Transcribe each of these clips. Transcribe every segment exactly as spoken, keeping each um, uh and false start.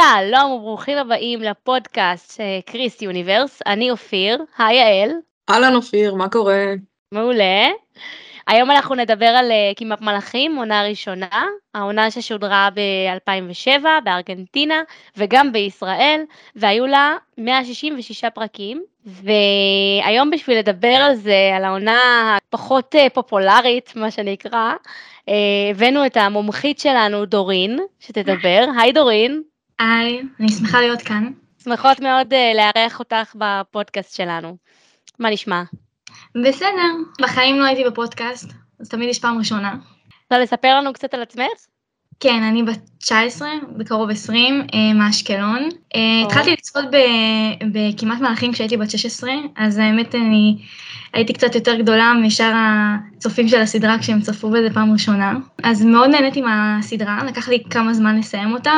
שלום וברוכים הבאים לפודקאסט קריס יוניברס, אני אופיר, היי יעל. אהלן אופיר, מה קורה? מעולה. היום אנחנו נדבר על כמעט מלאכים, עונה ראשונה, העונה ששודרה ב-אלפיים ושבע בארגנטינה וגם בישראל, והיו לה מאה שישים ושישה פרקים, והיום בשביל לדבר על זה, על העונה הפחות פופולרית, מה שנקרא, הבאנו את המומחית שלנו דורין, שתדבר. היי דורין. היי, אני שמחה להיות כאן. שמחות מאוד לארח אותך בפודקאסט שלנו. מה נשמע? בסדר, בחיים לא הייתי בפודקאסט, אז תמיד יש פעם ראשונה. רוצה לספר לנו קצת על עצמך? כן, אני בת תשע עשרה, בקרוב עשרים, מאשקלון. התחלתי לצפות בכמעט מלאכים כשהייתי בת שש עשרה, אז האמת אני הייתי קצת יותר גדולה משאר הצופים של הסדרה כשהם צפו בזה פעם ראשונה. אז מאוד נהניתי מהסדרה, לקח לי כמה זמן לסיים אותה,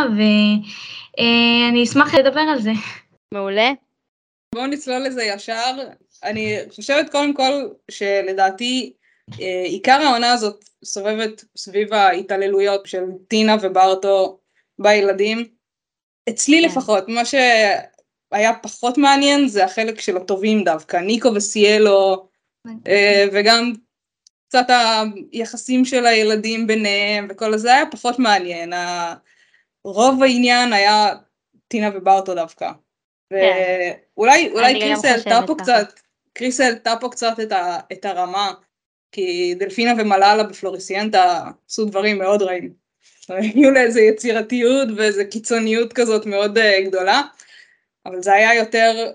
ואני אשמח לדבר על זה. מעולה. בואו נצלול לזה ישר. אני חושבת קודם כל שלדעתי עיקר העונה הזאת סובבת סביב ההתעללויות של טינה וברטו בילדים. אצלי לפחות, מה שהיה פחות מעניין זה החלק של הטובים דווקא, ניקו וסיאלו, וגם קצת היחסים של הילדים ביניהם וכל זה היה פחות מעניין. רוב העניין היה טינה וברטו דווקא. ואולי אולי קריס העלתה פה קצת, קריס העלתה פה קצת את, ה, את הרמה, כי דלפינה ומלאלה בפלוריסיאנטה עשו דברים מאוד רעים. היו לה איזו יצירתיות ואיזו קיצוניות כזאת מאוד uh, גדולה, אבל זה היה יותר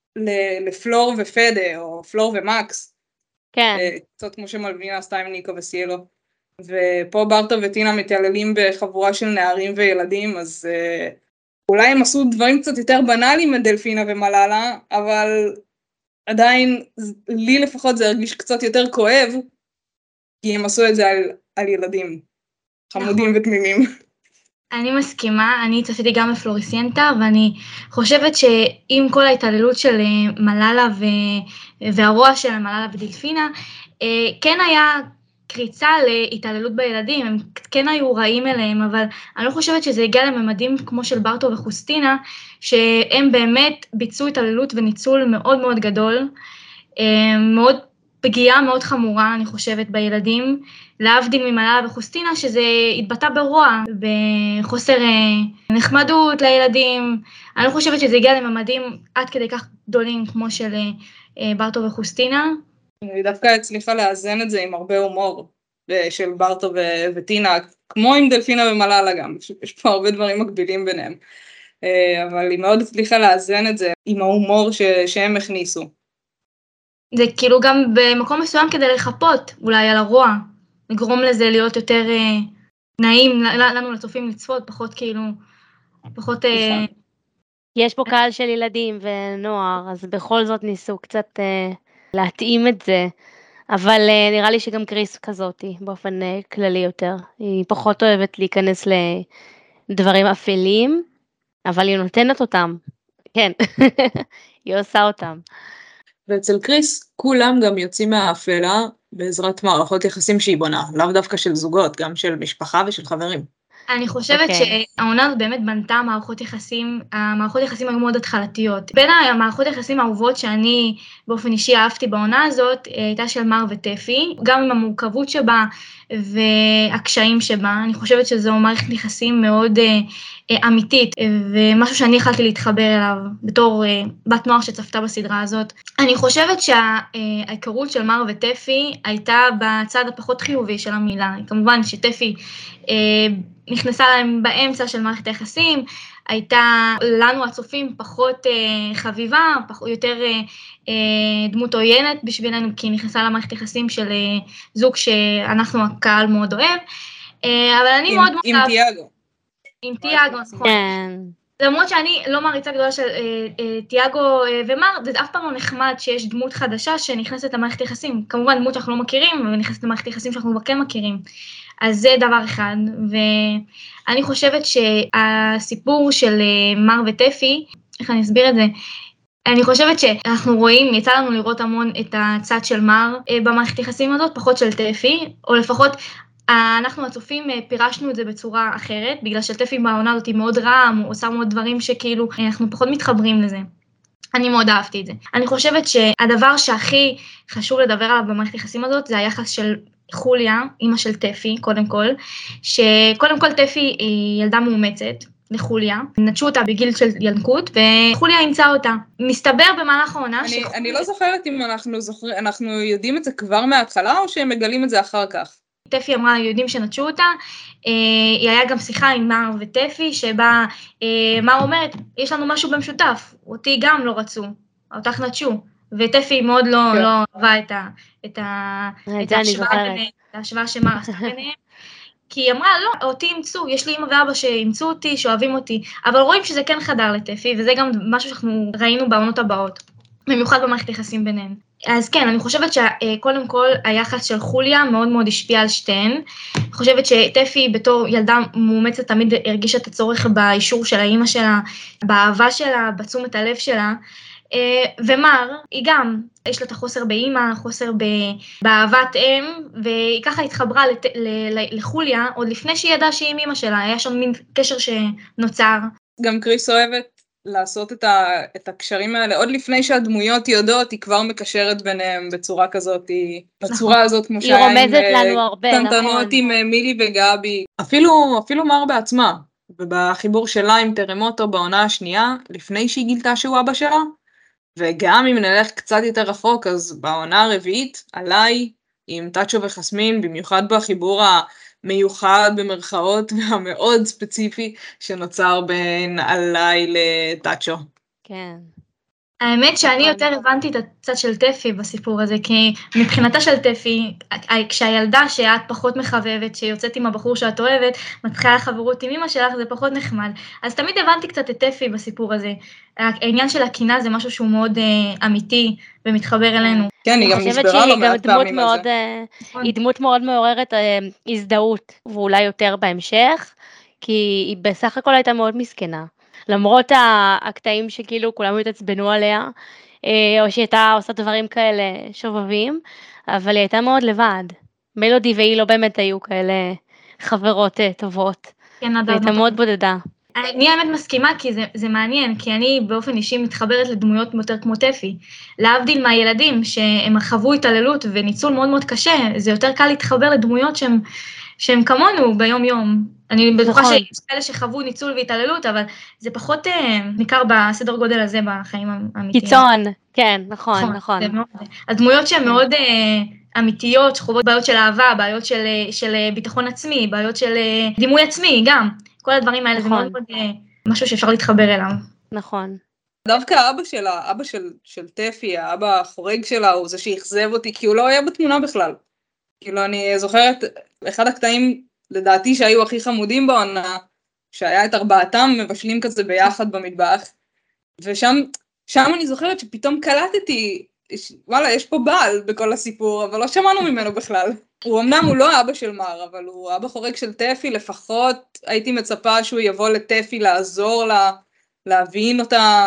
לפלור ופדה, או פלור ומקס. כן. Uh, קצת כמו שמלבינה עשתה עם ניקו וסיאלו. ופה ברטו וטינה מתעללים בחבורה של נערים וילדים, אז... Uh, אולי הם עשו דברים קצת יותר בנאליים מדלפינה ומלאלה, אבל עדיין לי לפחות זה הרגיש קצת יותר כואב, כי הם עשו את זה על, על ילדים חמודים ותמימים. אני מסכימה, אני צפיתי גם בפלוריסיאנטה, ואני חושבת שעם כל ההתעללות של מלאלה ו... והרוע של מלאלה ודלפינה, כן היה קריצה להתעללות בילדים, הם כן היו רעים אליהם, אבל אני לא חושבת שזה הגיע לממדים כמו של ברטו וחוסטינה, שהם באמת ביצעו התעללות וניצול מאוד מאוד גדול, מאוד פגיעה מאוד חמורה, אני חושבת, בילדים, להבדיל ממלאלה וחוסטינה, שזה התבטא ברוע, בחוסר נחמדות לילדים. אני לא חושבת שזה הגיע לממדים עד כדי כך גדולים כמו של ברטו וחוסטינה. אני דווקא הצליחה לאזן את זה עם הרבה הומור של ברטו ו- וטינה, כמו עם דלפינה ומלאלה גם, יש פה הרבה דברים מקבילים ביניהם, אבל היא מאוד הצליחה לאזן את זה עם ההומור ש- שהם הכניסו. זה כאילו גם במקום מסוים כדי לחפות, אולי על הרוע, לגרום לזה להיות יותר אה, נעים לנו לצופים לצפות, פחות כאילו, פחות... אה... יש פה קהל של ילדים ונוער, אז בכל זאת ניסו קצת אה, להתאים את זה, אבל אה, נראה לי שגם קריס כזאתי, באופן אה, כללי יותר. היא פחות אוהבת להיכנס לדברים אפלים, אבל היא נותנת אותם. כן, היא עושה אותם. ואצל קריס כולם גם יוצאים מהאפלה בעזרת מערכות יחסים שהיא בונה, לאו דווקא של זוגות, גם של משפחה ושל חברים. אני חושבת okay. שהעונה הזאת באמת בנתה מערכות יחסים, המערכות יחסים היו מאוד התחלתיות. בין המערכות יחסים האהובות שאני באופן אישי אהבתי בעונה הזאת, הייתה של מר וטפי, גם עם המורכבות שבה והקשיים שבה. אני חושבת שזו מערכת יחסים מאוד uh, אמיתית, ומשהו שאני יכלתי להתחבר אליו בתור uh, בת נוער שצפתה בסדרה הזאת. אני חושבת שההיכרות של מר וטפי הייתה בצד הפחות חיובי של המילה. כמובן שטפי... Uh, נכנסה להם באמצע של מערכת היחסים, הייתה לנו הצופים פחות אה, חביבה, פחות, יותר אה, אה, דמות עוינת בשבילנו, כי היא נכנסה למערכת יחסים של אה, זוג שאנחנו הקהל מאוד אוהב, אה, אבל אני עם, מאוד... עם מאוד תיאגו. עם תיאגו, נכון. כן. למרות שאני לא מעריצה גדולה של אה, אה, תיאגו אה, ומר, זה אף פעם לא נחמד שיש דמות חדשה שנכנסת למערכת יחסים. כמובן דמות שאנחנו לא מכירים, ונכנסת למערכת יחסים שאנחנו כן מכירים. אז זה דבר אחד, ואני חושבת שהסיפור של מר וטפי, איך אני אסביר את זה? אני חושבת שאנחנו רואים, יצא לנו לראות המון את הצד של מר במערכת יחסים הזאת, פחות של טפי, או לפחות אנחנו הצופים פירשנו את זה בצורה אחרת, בגלל שטפי בעונה הזאת היא מאוד רע, הוא עושה מאוד דברים שכאילו אנחנו פחות מתחברים לזה. אני מאוד אהבתי את זה. אני חושבת שהדבר שהכי חשוב לדבר עליו במערכת היחסים הזאת, זה היחס של חוליה, אמא של טפי, קודם כל, שקודם כל טפי היא ילדה מאומצת לחוליה, נטשו אותה בגיל של ינקות, וחוליה אימצה אותה. מסתבר במהלך העונה אני, שחוליה... אני לא זוכרת אם אנחנו, זוכר, אנחנו יודעים את זה כבר מההתחלה, או שהם מגלים את זה אחר כך. טפי אמרה, יודעים שנטשו אותה, היא היה גם שיחה עם מר וטפי, שבה מר אומרת, יש לנו משהו במשותף, אותי גם לא רצו, אותך נטשו, וטפי מאוד לא אהבה את ההשוואה שמר עשתה ביניהם, כי היא אמרה, לא, אותי אימצו, יש לי אמא ואבא שאימצו אותי, שאוהבים אותי, אבל רואים שזה כן חדר לטפי, וזה גם משהו שאנחנו ראינו בעונות הבאות, במיוחד במערכת יחסים ביניהן. אז כן, אני חושבת שקודם כל היחס של חוליה מאוד מאוד השפיע על שתיהן. אני חושבת שטפי בתור ילדה מאומצת תמיד הרגישה את הצורך באישור של האמא שלה, באהבה שלה, בתשומת הלב שלה. ומר, היא גם, יש לה את החוסר באמא, חוסר באהבת אם, והיא ככה התחברה לת... לחוליה, עוד לפני שהיא ידעה שהיא עם אמא שלה, היה שם מין קשר שנוצר. גם קריס אוהבת לעשות את, ה, את הקשרים האלה, עוד לפני שהדמויות יודעות, היא כבר מקשרת ביניהם בצורה כזאת, היא, בצורה הזאת כמו שהיה עם... היא רומזת לנו הרבה, נכון. קטנטנות עם מילי וגבי, אפילו, אפילו מר בעצמה, ובחיבור שלה עם טרמוטו בעונה השנייה, לפני שהיא גילתה שהוא אבא שלה, וגם אם נלך קצת יותר רחוק, אז בעונה הרביעית, עליי, עם טאצ'ו וחסמין, במיוחד בחיבור המיוחד במרכאות, והמאוד ספציפי, שנוצר בין עליי לטאצ'ו. כן. האמת שאני יותר הבנתי את הצד של טפי בסיפור הזה, כי מבחינתה של טפי, כשהילדה שאת פחות מחבבת, שיוצאת עם הבחור שאת אוהבת, מתחילה חברות עם אמא שלך, זה פחות נחמד. אז תמיד הבנתי קצת את טפי בסיפור הזה. העניין של הקינה זה משהו שהוא מאוד אה, אמיתי ומתחבר אלינו. כן, היא גם נסברה לו מעט פעמים על זה. היא דמות מאוד מעוררת אה, הזדהות, ואולי יותר בהמשך, כי היא בסך הכל הייתה מאוד מסכנה. למרות הקטעים שכאילו כולם התעצבנו עליה, או שהיא הייתה עושה דברים כאלה שובבים, אבל היא הייתה מאוד לבד. מלודי והיא לא באמת היו כאלה חברות טובות. כן, היא הייתה מאוד בודדה. אני האמת מסכימה, כי זה, זה מעניין, כי אני באופן אישי מתחברת לדמויות יותר כמו טפי. להבדיל מהילדים שהם חוו התעללות וניצול מאוד מאוד קשה, זה יותר קל להתחבר לדמויות שהם, שהם כמונו ביום יום. אני בטוחה נכון. שיש כאלה שחוו ניצול והתעללות, אבל זה פחות אה, ניכר בסדר גודל הזה בחיים האמיתיים. קיצון, כן, נכון, נכון. מאוד, הדמויות שהן מאוד אה, אמיתיות, שחוות בעיות של אהבה, בעיות של, של ביטחון עצמי, בעיות של דימוי עצמי גם. כל הדברים האלה נכון. זה מאוד מאוד אה, משהו שאפשר להתחבר אליו. נכון. דווקא אבא שלה, אבא של, של טפי, האבא החורג שלה, הוא זה שהחזב אותי, כי הוא לא היה בתמונה בכלל. כאילו אני זוכרת, אחד הקטעים לדעתי שהיו הכי חמודים בעונה, שהיה את ארבעתם מבשלים כזה ביחד במטבח, ושם שם אני זוכרת שפתאום קלטתי, וואלה, יש פה בעל בכל הסיפור, אבל לא שמענו ממנו בכלל. הוא אמנם הוא לא אבא של מר, אבל הוא אבא חורג של טפי, לפחות הייתי מצפה שהוא יבוא לטפי לעזור לה, להבין אותה,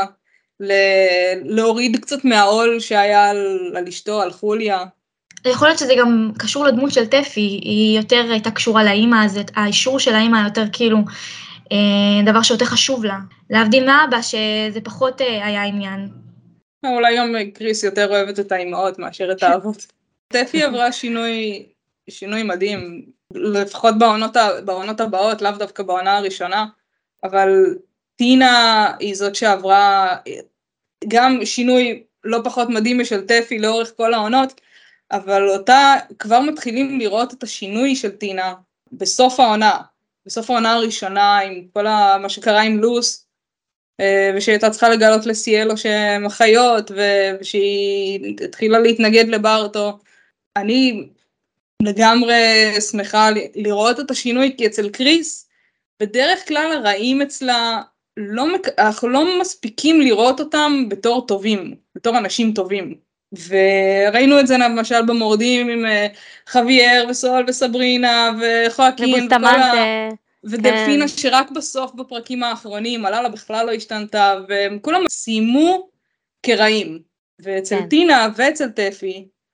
להוריד קצת מהעול שהיה על, על אשתו, על חוליה. יכול להיות שזה גם קשור לדמות של טפי, היא יותר הייתה קשורה לאמא הזאת, האישור של האמא יותר כאילו דבר שיותר חשוב לה. להבדיל מאבא שזה פחות היה עניין. אולי גם קריס יותר אוהבת את האימהות מאשר את האבות. טפי עברה שינוי, שינוי מדהים, לפחות בעונות, בעונות הבאות, לאו דווקא בעונה הראשונה, אבל טינה היא זאת שעברה גם שינוי לא פחות מדהים משל טפי לאורך כל העונות, אבל אותה כבר מתחילים לראות את השינוי של טינה בסוף העונה, בסוף העונה הראשונה עם כל מה שקרה עם לוס, ושהיא הייתה צריכה לגלות לסיאלו שהם אחיות, ושהיא התחילה להתנגד לברטו. אני לגמרי שמחה לראות את השינוי, כי אצל קריס, בדרך כלל הרעים אצלה, לא, אנחנו לא מספיקים לראות אותם בתור טובים, בתור אנשים טובים. וראינו את זה למשל במורדים עם חוויאר וסול וסברינה וחואקין וכל ה... ודלפינה כן. שרק בסוף בפרקים האחרונים עלה לה בכלל לא השתנתה, והם כולם סיימו כרעים. ואצל כן. טינה ואצל טפי,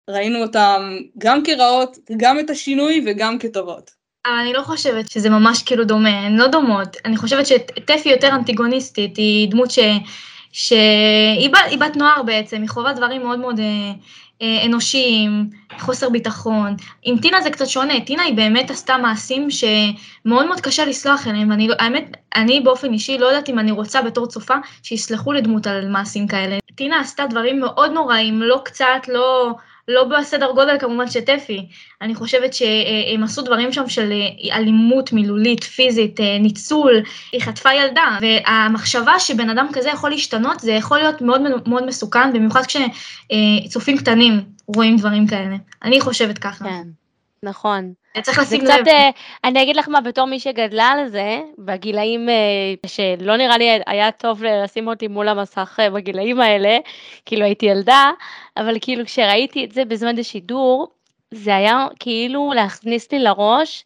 ראינו אותם גם כרעות, גם את השינוי וגם כטובות. אבל אני לא חושבת שזה ממש כאילו דומה, הן לא דומות. אני חושבת שטפי יותר אנטיגוניסטית, היא דמות ש... שהיא בת, היא בת נוער בעצם, היא חובה דברים מאוד מאוד אה, אה, אנושיים, חוסר ביטחון. עם טינה זה קצת שונה, טינה היא באמת עשתה מעשים שמאוד מאוד קשה לסלוח אליהם, ואני, האמת, אני באופן אישי לא יודעת אם אני רוצה בתור צופה שיסלחו לדמות על מעשים כאלה. טינה עשתה דברים מאוד נוראים, לא קצת, לא... לא בסדר גודל כמובן שטפי, אני חושבת שהם עשו דברים שם של אלימות מילולית, פיזית, ניצול, היא חטפה ילדה, והמחשבה שבן אדם כזה יכול להשתנות, זה יכול להיות מאוד מאוד מסוכן, במיוחד כשצופים קטנים רואים דברים כאלה. אני חושבת ככה. כן, נכון. צריך לשים זה קצת, לב. אני אגיד לך מה, בתור מי שגדלה על זה, בגילאים שלא נראה לי היה טוב לשים אותי מול המסך בגילאים האלה, כאילו הייתי ילדה, אבל כאילו כשראיתי את זה בזמן השידור, זה היה כאילו להכניס לי לראש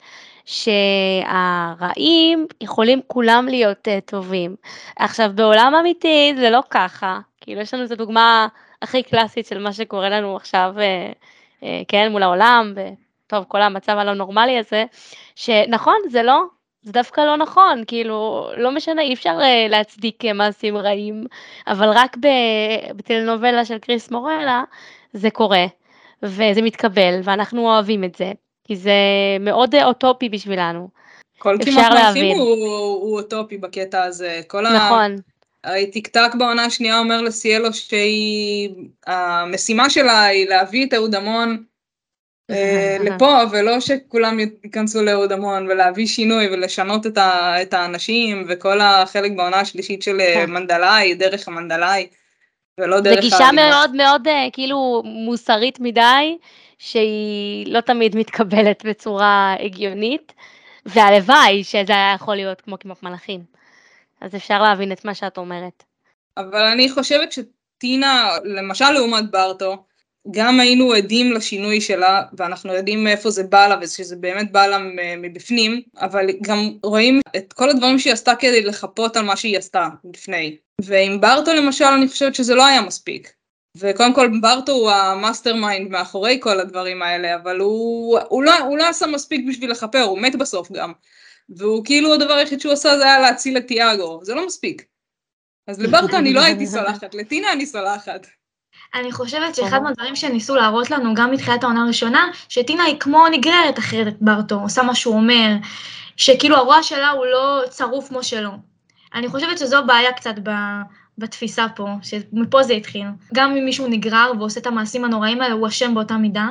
שהרעים יכולים כולם להיות טובים. עכשיו, בעולם אמיתי זה לא ככה, כאילו יש לנו את הדוגמה הכי קלאסית של מה שקורה לנו עכשיו, כן, מול העולם, טוב, כל המצב הלא נורמלי הזה, שנכון, זה לא, זה דווקא לא נכון, כאילו, לא משנה, אי אפשר uh, להצדיק מעשים רעים, אבל רק בטלנובלה של קריס מורלה, זה קורה, וזה מתקבל, ואנחנו אוהבים את זה, כי זה מאוד אוטופי בשבילנו. כל כמעט מלכים הוא, הוא אוטופי בקטע הזה, כל נכון. הטיקטק בעונה השנייה אומר לסיאלו שהמשימה שלה היא להביא את אהודמון לפה, ולא שכולם ייכנסו לאהודמון, ולהביא שינוי ולשנות את, ה, את האנשים, וכל החלק בעונה השלישית של מנדלאי, דרך המנדלאי, ולא דרך האלימות. זה גישה מאוד מאוד כאילו מוסרית מדי, שהיא לא תמיד מתקבלת בצורה הגיונית, והלוואי שזה היה יכול להיות כמו כמעט מלאכים. אז אפשר להבין את מה שאת אומרת. אבל אני חושבת שטינה, למשל לעומת ברטו, גם היינו עדים לשינוי שלה, ואנחנו יודעים מאיפה זה בא לה, ושזה באמת בא לה מבפנים, אבל גם רואים את כל הדברים שהיא עשתה כדי לחפות על מה שהיא עשתה לפני. ועם ברטו למשל, אני חושבת שזה לא היה מספיק. וקודם כל, ברטו הוא המאסטר מיינד מאחורי כל הדברים האלה, אבל הוא, הוא, לא, הוא לא עשה מספיק בשביל לחפר, הוא מת בסוף גם. והוא כאילו הדבר היחיד שהוא עשה זה היה להציל את תיאגו, זה לא מספיק. אז לברטו אני לא הייתי סולחת, לטינה אני סולחת. אני חושבת שאחד מהדברים שניסו להראות לנו גם מתחילת העונה הראשונה, שטינה היא כמו נגררת אחרת את ברטו, עושה מה שהוא אומר, שכאילו הרוע שלה הוא לא צרוף כמו שלו. אני חושבת שזו בעיה קצת בתפיסה פה, שמפה זה התחיל. גם אם מישהו נגרר ועושה את המעשים הנוראים האלה, הוא אשם באותה מידה,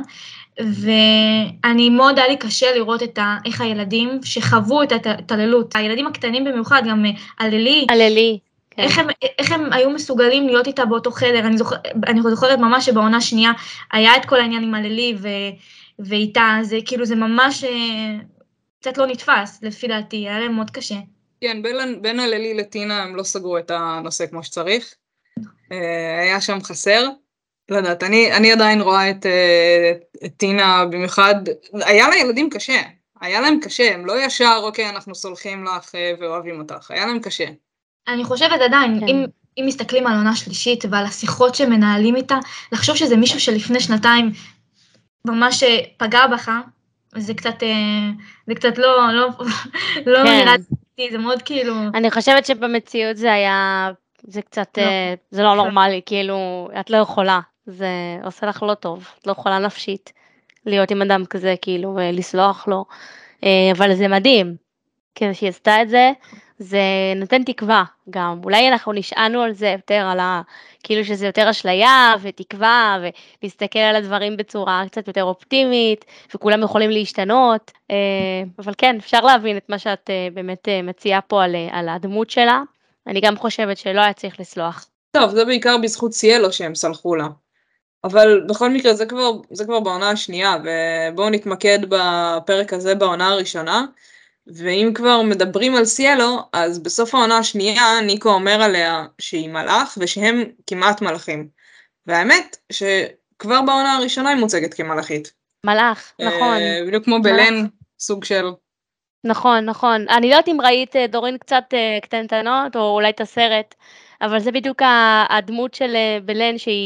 ואני מאוד היה לי קשה לראות את ה, איך הילדים שחוו את ההתעללות, הילדים הקטנים במיוחד, גם עללי, עללי. כן. איך הם, איך הם היו מסוגלים להיות איתה באותו חדר, אני, זוכר, אני זוכרת ממש שבעונה שנייה היה את כל העניין עם עללי ו, ואיתה, זה כאילו זה ממש קצת לא נתפס, לפי דעתי, היה להם מאוד קשה. כן, בין, בין עללי לטינה הם לא סגרו את הנושא כמו שצריך, היה שם חסר, לא יודעת, אני, אני עדיין רואה את, את טינה במיוחד, היה לה ילדים קשה, היה להם קשה, הם לא ישר, אוקיי, אנחנו סולחים לך ואוהבים אותך, היה להם קשה. אני חושבת עדיין, כן. אם, אם מסתכלים על עונה שלישית ועל השיחות שמנהלים איתה, לחשוב שזה מישהו שלפני שנתיים ממש פגע בך, זה קצת, זה קצת לא, לא, לא כן. נראה לי, זה מאוד כאילו... אני חושבת שבמציאות זה היה, זה קצת, לא. זה לא נורמלי, כאילו, את לא יכולה, זה עושה לך לא טוב, את לא יכולה נפשית להיות עם אדם כזה, כאילו, לסלוח לו, אבל זה מדהים, כאילו שהיא עשתה את זה, זה נותן תקווה גם, אולי אנחנו נשענו על זה יותר, על ה... כאילו שזה יותר אשליה ותקווה, ולהסתכל על הדברים בצורה קצת יותר אופטימית, וכולם יכולים להשתנות, אבל כן, אפשר להבין את מה שאת באמת מציעה פה על, על הדמות שלה, אני גם חושבת שלא היה צריך לסלוח. טוב, זה בעיקר בזכות סיאלו שהם סלחו לה, אבל בכל מקרה זה כבר, זה כבר בעונה השנייה, ובואו נתמקד בפרק הזה בעונה הראשונה, ואם כבר מדברים על סיאלו, אז בסוף העונה השנייה ניקו אומר עליה שהיא מלאך ושהם כמעט מלאכים. והאמת שכבר בעונה הראשונה היא מוצגת כמלאכית. מלאך, נכון. בדיוק כמו בלן, סוג של... נכון, נכון. אני לא יודעת אם ראית דורין קצת קטנטנות, או אולי את הסרט, אבל זה בדיוק הדמות של בלן שהיא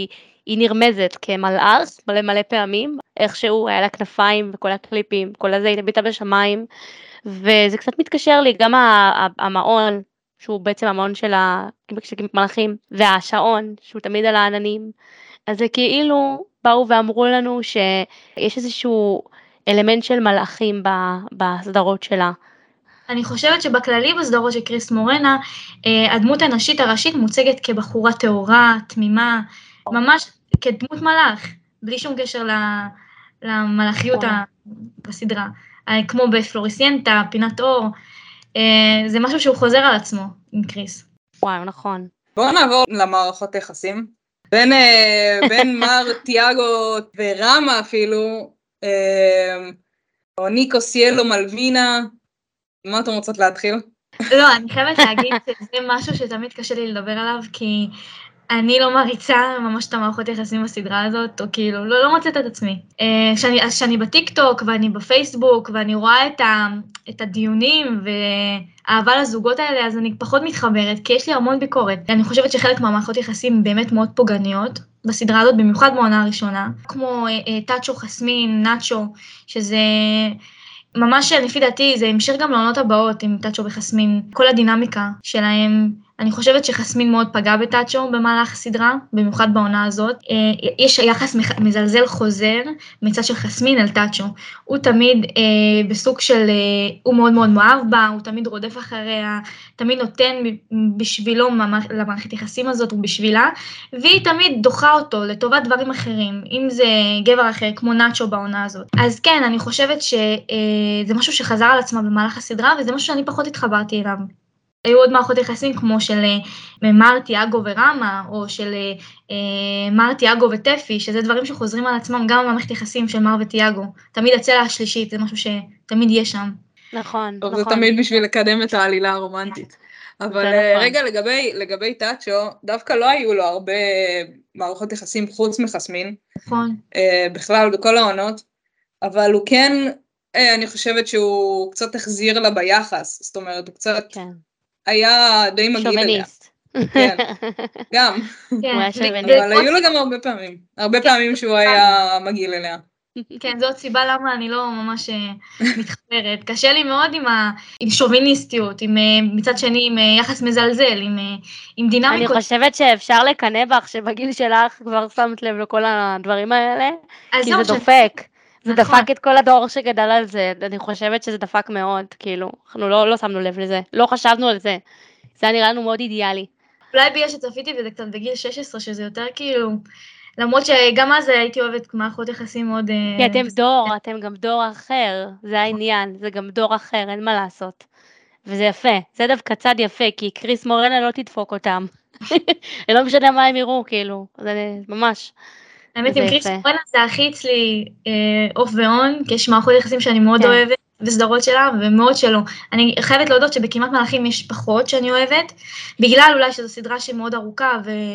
היא נרמזת כמלאך מלא מלא פעמים, איכשהו היה לה כנפיים וכל הקליפים, כל הזה, היא הביטה בשמיים, וזה קצת מתקשר לי, גם המעון, שהוא בעצם המעון של המלאכים, והשעון, שהוא תמיד על העננים, אז זה כאילו באו ואמרו לנו שיש איזשהו אלמנט של מלאכים בסדרות שלה. אני חושבת שבכללי בסדרות של קריס מורנה, הדמות הנשית הראשית מוצגת כבחורה טהורה, תמימה, ממש כדמות מלאך, בלי שום קשר למלאכיות בסדרה. כמו בפלוריסיינטה, פינת אור, זה משהו שהוא חוזר על עצמו עם קריס. וואו, נכון. בואו נעבור למערכות יחסים. בין, בין מר תיאגו ורמה אפילו, או ניקו סיאלו מלווינה, מה אתם רוצות להתחיל? לא, אני חייבת להגיד שזה משהו שתמיד קשה לי לדבר עליו, כי אני לא מריצה ממש את המערכות יחסים בסדרה הזאת, או כאילו, לא, לא מוצאת את עצמי. כשאני, אז כשאני בטיקטוק ואני בפייסבוק, ואני רואה את, ה, את הדיונים ואהבה לזוגות האלה, אז אני פחות מתחברת, כי יש לי המון ביקורת. אני חושבת שחלק מהמערכות יחסים באמת מאוד פוגעניות בסדרה הזאת, במיוחד בעונה הראשונה, כמו טאצ'ו חסמין, נאצ'ו, שזה ממש, לפי דעתי, זה המשך גם לעונות הבאות עם טאצ'ו וחסמין, כל הדינמיקה שלהם. אני חושבת שחסמין מאוד פגע בטאצ'ו במהלך הסדרה, במיוחד בעונה הזאת. יש יחס מזלזל חוזר מצד של חסמין על טאצ'ו. הוא תמיד אה, בסוג של, אה, הוא מאוד מאוד מאוהב בה, הוא תמיד רודף אחריה, תמיד נותן בשבילו למערכת יחסים הזאת ובשבילה, והיא תמיד דוחה אותו לטובת דברים אחרים, אם זה גבר אחר כמו נאצ'ו בעונה הזאת. אז כן, אני חושבת שזה משהו שחזר על עצמה במהלך הסדרה, וזה משהו שאני פחות התחברתי אליו. היו עוד מערכות יחסים כמו של מר תיאגו ורמה, או של מר תיאגו וטפי, שזה דברים שחוזרים על עצמם גם במערכת יחסים של מר ותיאגו. תמיד הצלע השלישית, זה משהו שתמיד יש שם. נכון, טוב, נכון. זה תמיד בשביל לקדם את העלילה הרומנטית. אבל נכון. רגע, לגבי, לגבי טאצ'ו, דווקא לא היו לו הרבה מערכות יחסים חוץ מחסמין. נכון. בכלל, בכל העונות. אבל הוא כן, אני חושבת שהוא קצת החזיר לה ביחס. זאת אומרת, הוא קצת... כן. היה די מגעיל אליה. שוביניסט. כן, גם. כן. הוא היה שוביניסט. אבל היו לו גם הרבה פעמים. הרבה פעמים שהוא היה מגעיל אליה. כן, זאת סיבה למה אני לא ממש מתחברת. קשה לי מאוד עם, ה... עם שוביניסטיות, עם, מצד שני עם יחס מזלזל, עם, עם דינמיקות. אני חושבת שאפשר לקנא בך שבגיל שלך כבר שמת לב לכל הדברים האלה, כי זה דופק. זה נכון. דפק את כל הדור שגדל על זה, אני חושבת שזה דפק מאוד, כאילו, אנחנו לא, לא שמנו לב לזה, לא חשבנו על זה, זה היה נראה לנו מאוד אידיאלי. אולי בגלל שצפיתי וזה קצת בגיל שש עשרה, שזה יותר כאילו, למרות שגם אז הייתי אוהבת מערכות יחסים מאוד... כי אתם דור, אתם גם דור אחר, זה העניין, זה גם דור אחר, אין מה לעשות. וזה יפה, זה דווקא צד יפה, כי קריס מורנה לא תדפוק אותם. לא משנה מה הם יראו, כאילו, זה ממש. האמת, עם קריס מורנה זה הכי אצלי אוף ואון, כי יש מערכות יחסים שאני מאוד אוהבת, וסדרות שלה, ומאוד שלא. אני חייבת להודות שבכמעט מלאכים יש פחות שאני אוהבת, בגלל אולי שזו סדרה שהיא מאוד ארוכה,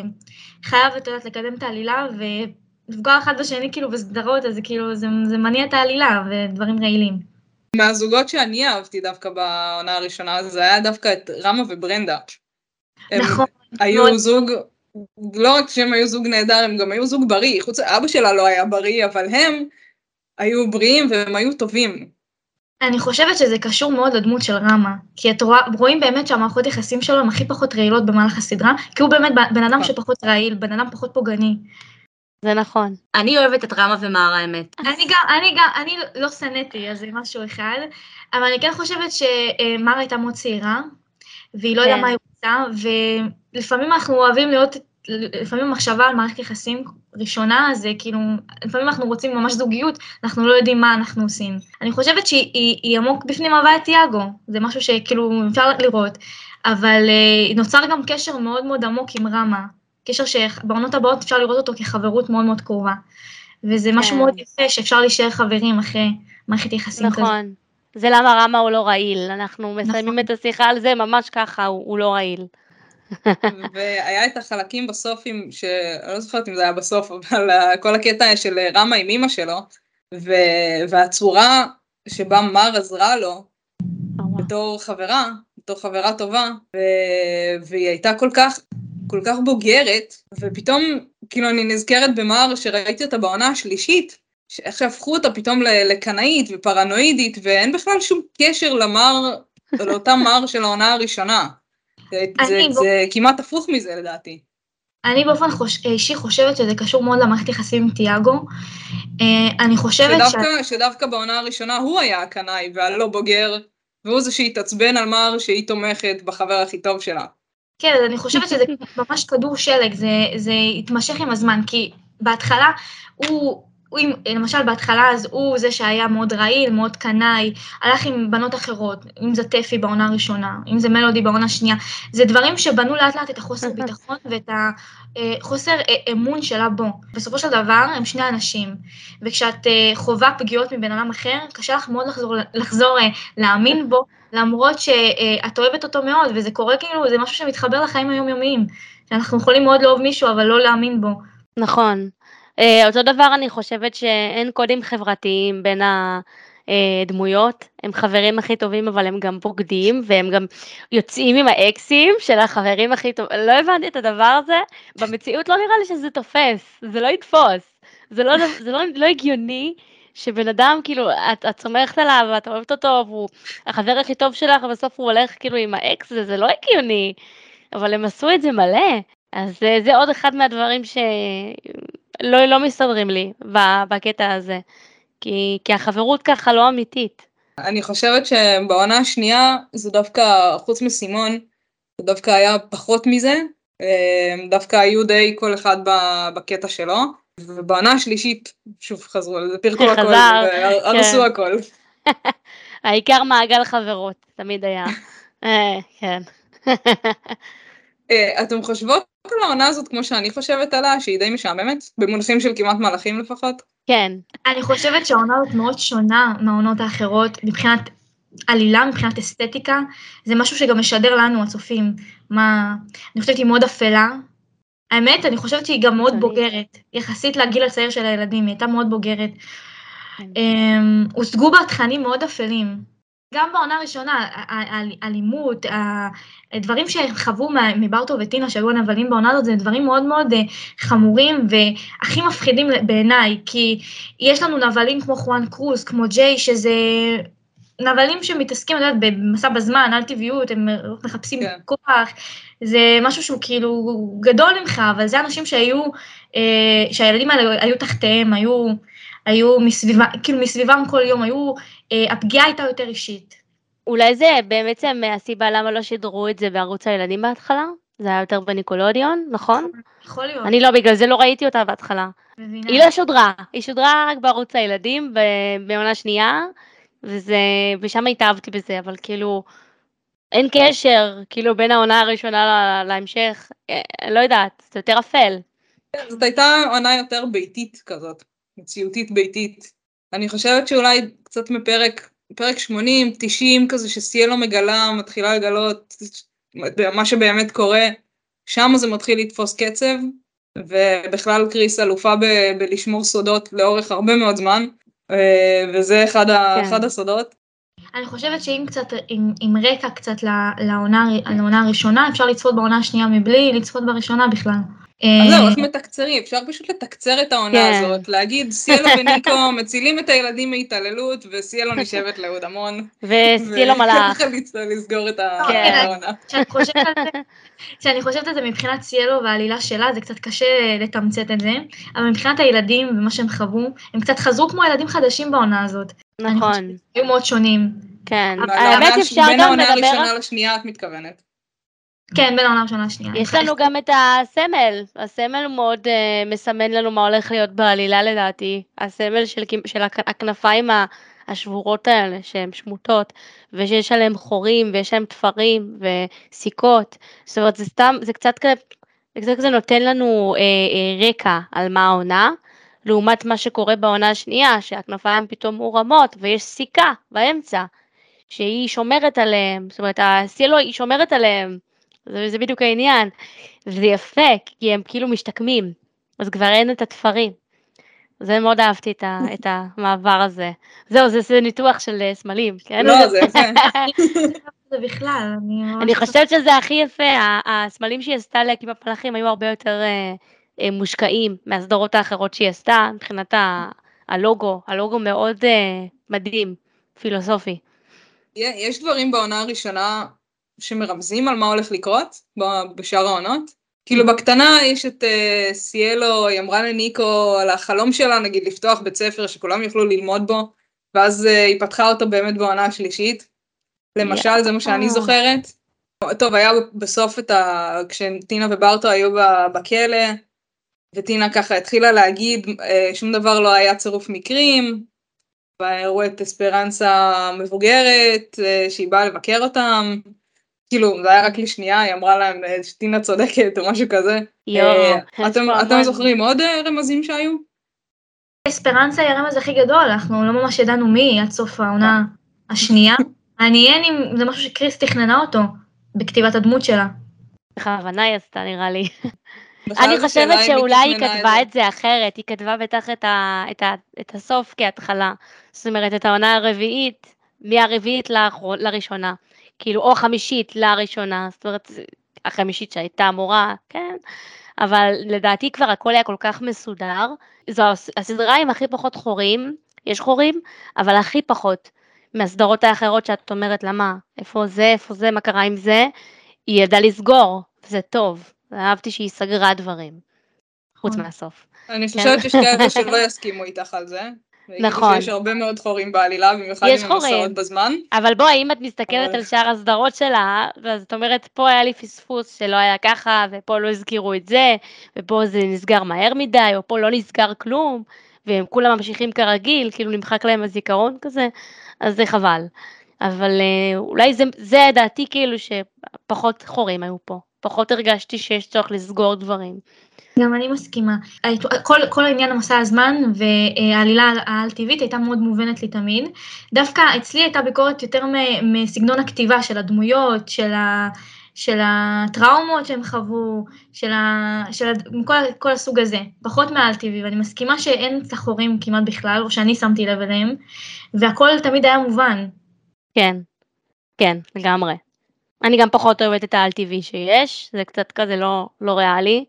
וחייבת לדעת לקדם את העלילה, ולפגוע אחד בשני כאילו בסדרות, אז כאילו זה, זה מניע את העלילה, ודברים רעילים. מהזוגות שאני אהבתי דווקא בעונה הראשונה, זה היה דווקא את רמה וברנדה. נכון. היו מאוד... זוג, לא רק שהם היו זוג נהדר, הם גם היו זוג בריא, חוץ אבא שלה לא היה בריא, אבל הם היו בריאים והם היו טובים. אני חושבת שזה קשור מאוד לדמות של רמה, כי את רואה, רואים באמת שהמערכות יחסים שלו הם הכי פחות רעילות במהלך הסדרה, כי הוא באמת בן אדם שפחות רעיל, בן אדם פחות פוגעני. זה נכון. אני אוהבת את רמה ומר האמת. אני גם, אני גם, אני לא סנתי, אז זה משהו אחד, אבל אני כן חושבת שמר הייתה מאוד צעירה, והיא לא יודעה מה היא רוצה, ולפעמים אנחנו אוהבים להיות, לפעמים מחשבה על מערכת יחסים ראשונה, זה כאילו, לפעמים אנחנו רוצים ממש זוגיות, אנחנו לא יודעים מה אנחנו עושים. אני חושבת שהיא היא, היא עמוק בפנים אהבה את תיאגו, זה משהו שכאילו אפשר לראות, אבל uh, נוצר גם קשר מאוד מאוד עמוק עם רמה, קשר שבעונות הבאות אפשר לראות אותו כחברות מאוד מאוד קרובה, וזה כן. משהו מאוד יפה שאפשר להישאר חברים אחרי מערכת יחסים כזאת. נכון, כזה. זה למה רמה הוא לא רעיל, אנחנו מסיימים נכון. את השיחה על זה, ממש ככה, הוא, הוא לא רעיל. והיה את החלקים בסופים, שאני לא זוכרת אם זה היה בסוף, אבל כל הקטע של רמה עם אמא שלו, ו- והצורה שבה מר עזרה לו, בתור חברה, בתור חברה טובה, ו- והיא הייתה כל כך, כל כך בוגרת, ופתאום כאילו אני נזכרת במר שראיתי אותה בעונה השלישית, איך שהפכו אותה פתאום לקנאית ופרנואידית, ואין בכלל שום קשר למר, לאותה מר של העונה הראשונה. זה, זה, זה כמעט הפוך מזה לדעתי. אני באופן חוש... אישי חושבת שזה קשור מאוד למערכת יחסים עם תיאגו. אני חושבת שדווקא, ש... שדווקא בעונה הראשונה הוא היה הקנאי והלא בוגר, והוא זה שהתעצבן על מר שהיא תומכת בחבר הכי טוב שלה. כן, אני חושבת שזה ממש כדור שלג, זה, זה התמשך עם הזמן, כי בהתחלה הוא, הוא, למשל בהתחלה אז הוא זה שהיה מאוד רעיל, מאוד קנאי, הלך עם בנות אחרות, אם זה טפי בעונה הראשונה, אם זה מלודי בעונה שנייה, זה דברים שבנו לאט לאט את החוסר ביטחון ואת החוסר אמון שלה בו. בסופו של דבר הם שני אנשים, וכשאת חובה פגיעות מבן אדם אחר, קשה לך מאוד לחזור, לחזור להאמין בו, למרות שאת אוהבת אותו מאוד, וזה קורה כאילו, זה משהו שמתחבר לחיים היומיומיים, שאנחנו יכולים מאוד לאהוב מישהו, אבל לא להאמין בו. נכון. אותו דבר אני חושבת שאין קודים חברתיים בין הדמויות, הם חברים הכי טובים, אבל הם גם בוגדים, והם גם יוצאים עם האקסים של החברים הכי טובים. לא הבנתי את הדבר הזה, במציאות לא נראה לי שזה תופס, זה לא יתפוס, זה לא, זה לא, לא הגיוני. שבן אדם, כאילו, את, את סומכת עליו, ואת אוהבת אותו, והוא החבר הכי טוב שלך, ובסוף הוא הולך כאילו עם האקס, זה, זה לא הגיוני, אבל הם עשו את זה מלא, אז זה, זה עוד אחד מהדברים שלא לא מסתדרים לי בקטע הזה, כי, כי החברות ככה לא אמיתית. אני חושבת שבעונה השנייה, זה דווקא, חוץ מסימון, זה דווקא היה פחות מזה, דווקא היו די כל אחד בקטע שלו, ובעונה השלישית, שוב חזרו, זה פירקו הכל, והרסו הכל. העיקר מעגל חברות, תמיד היה. כן. אתם חושבות על העונה הזאת כמו שאני חושבת עליה, שהיא די משעממת, במונחים של כמעט מלאכים לפחות? כן. אני חושבת שהעונה הזאת מאוד שונה מהעונות האחרות, מבחינת עלילה, מבחינת אסתטיקה, זה משהו שגם משדר לנו, הצופים, מה, אני חושבת שהיא מאוד אפלה, האמת, אני חושבת שהיא גם מאוד בוגרת, יחסית לגיל הצעיר של הילדים, היא הייתה מאוד בוגרת. הושגו בה תכנים מאוד אפלים. גם בעונה הראשונה, האלימות, הדברים שחוו מברטו וטינה שהיו הנבלים בעונה הזאת, זה דברים מאוד מאוד חמורים והכי מפחידים בעיניי, כי יש לנו נבלים כמו חואן קרוז, כמו ג'יי, שזה נבלים שמתעסקים, יודעת, במסע בזמן, על טבעיות, הם מחפשים כן. כוח, זה משהו שהוא כאילו גדול ממך, אבל זה אנשים שהיו, אה, שהילדים האלה היו תחתיהם, היו, היו מסביבה, כאילו מסביבם כל יום, היו, אה, הפגיעה הייתה יותר אישית. אולי זה בעצם הסיבה למה לא שידרו את זה בערוץ הילדים בהתחלה? זה היה יותר בניקולודיון, נכון? יכול להיות. אני לא, בגלל זה לא ראיתי אותה בהתחלה. מבינה. היא לא שודרה, היא שודרה רק בערוץ הילדים, בעונה שנייה, וזה, ושם התאהבתי בזה, אבל כאילו, אין קשר, כאילו, בין העונה הראשונה להמשך, לא יודעת, זה יותר אפל. זאת הייתה עונה יותר ביתית כזאת, מציאותית ביתית. אני חושבת שאולי קצת מפרק, פרק שמונים, תשעים כזה, שסיאלו מגלה, מתחילה לגלות מה שבאמת קורה, שם זה מתחיל לתפוס קצב, ובכלל קריס אלופה ב- בלשמור סודות לאורך הרבה מאוד זמן, וזה אחד, ה- כן. אחד הסודות. אני חושבת שאם קצת, עם, עם רקע קצת לעונה, לעונה הראשונה, אפשר לצפות בעונה השנייה מבלי לצפות בראשונה בכלל. אז זהו, איך מתקצרים? אפשר פשוט לתקצר את העונה כן. הזאת, להגיד סיאלו וניקו מצילים את הילדים מהתעללות, וסיאלו נשבת לאודמון. וסיאלו מלאך. וככה לסגור את כן. העונה. כשאני חושבת על זה, כשאני חושבת על זה מבחינת סיאלו והעלילה שלה, זה קצת קשה לתמצת את זה, אבל מבחינת הילדים ומה שהם חוו, הם קצת חזרו כמו ילדים חדשים בעונה הזאת. אני נכון. חושבת שהיו מאוד שונים. כן. אבל האמת העונה- אפשר בין גם העונה לדבר... הראשונה לשנייה את מתכוונת. כן, בין העונה הראשונה לשנייה. יש לנו גם את הסמל, הסמל מאוד uh, מסמן לנו מה הולך להיות בעלילה לדעתי, הסמל של, של הכנפיים השבורות האלה שהן שמוטות, ושיש עליהם חורים ויש להם תפרים וסיכות, זאת אומרת זה סתם, זה קצת כזה, זה קצת כזה נותן לנו uh, uh, רקע על מה העונה, לעומת מה שקורה בעונה השנייה, שהכנפיים פתאום מורמות ויש סיכה באמצע, שהיא שומרת עליהם, זאת אומרת הסיאלו היא שומרת עליהם, זה, זה בדיוק העניין, וזה יפה, כי הם כאילו משתקמים, אז כבר אין את התפרים. זה מאוד אהבתי את, ה, את המעבר הזה. זהו, זה, זה ניתוח של סמלים, כן? לא, זה יפה. זה בכלל, אני ממש... אני חושבת שזה הכי יפה, הסמלים שהיא עשתה להקים הפלחים היו הרבה יותר uh, אה, מושקעים מהסדרות האחרות שהיא עשתה, מבחינת ה- הלוגו, הלוגו מאוד אה, מדהים, פילוסופי. יש דברים בעונה הראשונה שמרמזים על מה הולך לקרות ב- בשאר העונות? כאילו בקטנה יש את uh, סיאלו, היא אמרה לניקו על החלום שלה, נגיד לפתוח בית ספר שכולם יוכלו ללמוד בו, ואז uh, היא פתחה אותו באמת בעונה השלישית. למשל, זה מה שאני זוכרת. טוב, היה בסוף את ה... כשטינה וברטו היו בכלא, וטינה ככה התחילה להגיד, uh, שום דבר לא היה צירוף מקרים, והראו את אספרנסה מבוגרת, uh, שהיא באה לבקר אותם, כאילו, זה היה רק לשנייה, היא אמרה להם שטינה צודקת או משהו כזה. יואו, אתם זוכרים עוד רמזים שהיו? אספרנסה היא הרמז הכי גדול, אנחנו לא ממש ידענו מי עד סוף העונה השנייה. מעניין אם זה משהו שקריס תכננה אותו בכתיבת הדמות שלה. בכוונה היא עשתה נראה לי. אני חושבת שאולי היא כתבה את זה אחרת, היא כתבה בטח את, ה, את, ה, את הסוף כהתחלה, זאת אומרת את העונה הרביעית, מהרביעית לאחר, לראשונה, כאילו או חמישית לראשונה, זאת אומרת החמישית שהייתה מורה, כן, אבל לדעתי כבר הכל היה כל כך מסודר, זו הסדרה עם הכי פחות חורים, יש חורים, אבל הכי פחות מהסדרות האחרות שאת אומרת למה, איפה זה, איפה זה, מה קרה עם זה, היא ידעה לסגור, זה טוב. אהבתי שהיא סגרה דברים, חוץ מהסוף. אני חושבת שיש כאלה שלא יסכימו איתך על זה. נכון. שיש הרבה מאוד חורים בעלילה, במיוחד עם המסעות בזמן. אבל בואי, אם את מסתכלת על שאר הסדרות שלה, אז את אומרת, פה היה לי פספוס שלא היה ככה, ופה לא הזכירו את זה, ופה זה נסגר מהר מדי, או פה לא נסגר כלום, והם כולם ממשיכים כרגיל, כאילו נמחק להם הזיכרון כזה, אז זה חבל. אבל אולי זה, זה דעתי כאילו שפחות חורים היו פה. פחות הרגשתי שיש צורך לסגור דברים. גם אני מסכימה. כל, כל העניין המסע הזמן והעלילה העל-טבעית הייתה מאוד מובנת לי תמיד. דווקא אצלי הייתה ביקורת יותר מסגנון הכתיבה של הדמויות, של, ה, של הטראומות שהם חוו, של, ה, של כל, כל הסוג הזה. פחות מהעל-טבעי, ואני מסכימה שאין סחורים כמעט בכלל, או שאני שמתי לב אליהם, והכל תמיד היה מובן. כן, כן, לגמרי. אני גם פחות אוהבת את העל-טבעי שיש, זה קצת כזה לא, לא ריאלי.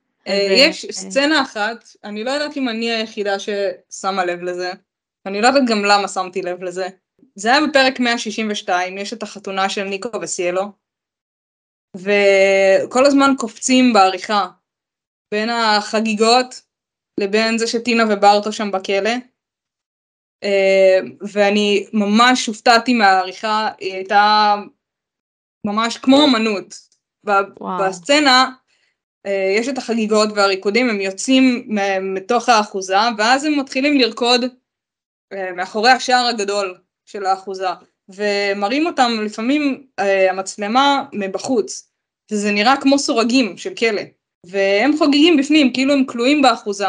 יש סצנה אחת, אני לא יודעת אם אני היחידה ששמה לב לזה, אני לא יודעת גם למה שמתי לב לזה. זה היה בפרק מאה שישים ושתיים, יש את החתונה של ניקו וסיאלו, וכל הזמן קופצים בעריכה בין החגיגות לבין זה שטינה וברטו שם בכלא, ואני ממש הופתעתי מהעריכה, היא הייתה ממש כמו אמנות. בסצנה יש את החגיגות והריקודים, הם יוצאים מתוך האחוזה, ואז הם מתחילים לרקוד מאחורי השער הגדול של האחוזה, ומראים אותם לפעמים המצלמה מבחוץ, וזה נראה כמו סורגים של כלא, והם חוגגים בפנים, כאילו הם כלואים באחוזה.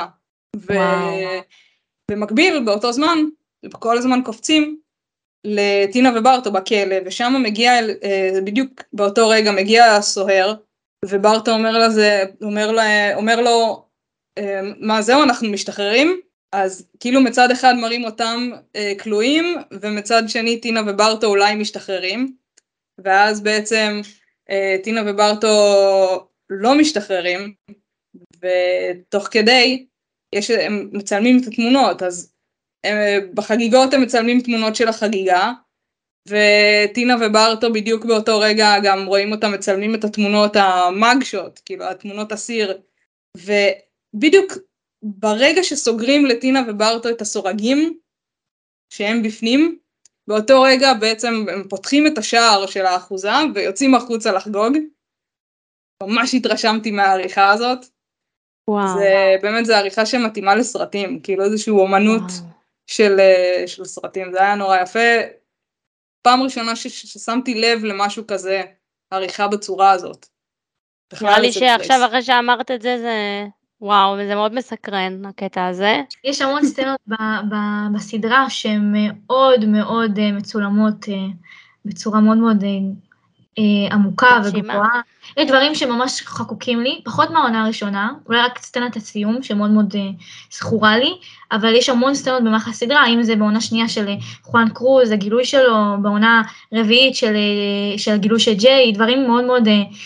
ובמקביל, באותו זמן, כל הזמן קופצים לטינה וברטו בכלא, ושם מגיע, בדיוק באותו רגע מגיע הסוהר, וברטו אומר לזה, אומר, לה, אומר לו, מה זהו, אנחנו משתחררים? אז כאילו מצד אחד מראים אותם אה, כלואים, ומצד שני טינה וברטו אולי משתחררים, ואז בעצם אה, טינה וברטו לא משתחררים, ותוך כדי יש, הם מצלמים את התמונות, אז הם, בחגיגות הם מצלמים תמונות של החגיגה, וטינה וברטו בדיוק באותו רגע גם רואים אותם מצלמים את התמונות המאגשות, כאילו התמונות הסיר, ובדיוק ברגע שסוגרים לטינה וברטו את הסורגים שהם בפנים, באותו רגע בעצם הם פותחים את השער של האחוזה ויוצאים החוצה לחגוג. ממש התרשמתי מהעריכה הזאת. וואו. זה באמת זה עריכה שמתאימה לסרטים, כאילו איזושהי אומנות של, של סרטים, זה היה נורא יפה. פעם ראשונה ש- ששמתי לב למשהו כזה, עריכה בצורה הזאת. נראה לי שעכשיו אחרי שאמרת את זה, זה וואו, זה מאוד מסקרן הקטע הזה. יש המון סצנות ב- ב- בסדרה שהן מאוד מאוד מצולמות בצורה מאוד מאוד עמוקה מרשימה. וגבוהה. יש דברים שממש חקוקים לי, פחות מהעונה הראשונה, אולי רק סצנת הסיום שמאוד מאוד זכורה לי, אבל יש המון סצנות במהלך הסדרה, אם זה בעונה שנייה של חואן קרוז, הגילוי שלו, בעונה רביעית של, של הגילוי של ג'יי, דברים מאוד מאוד,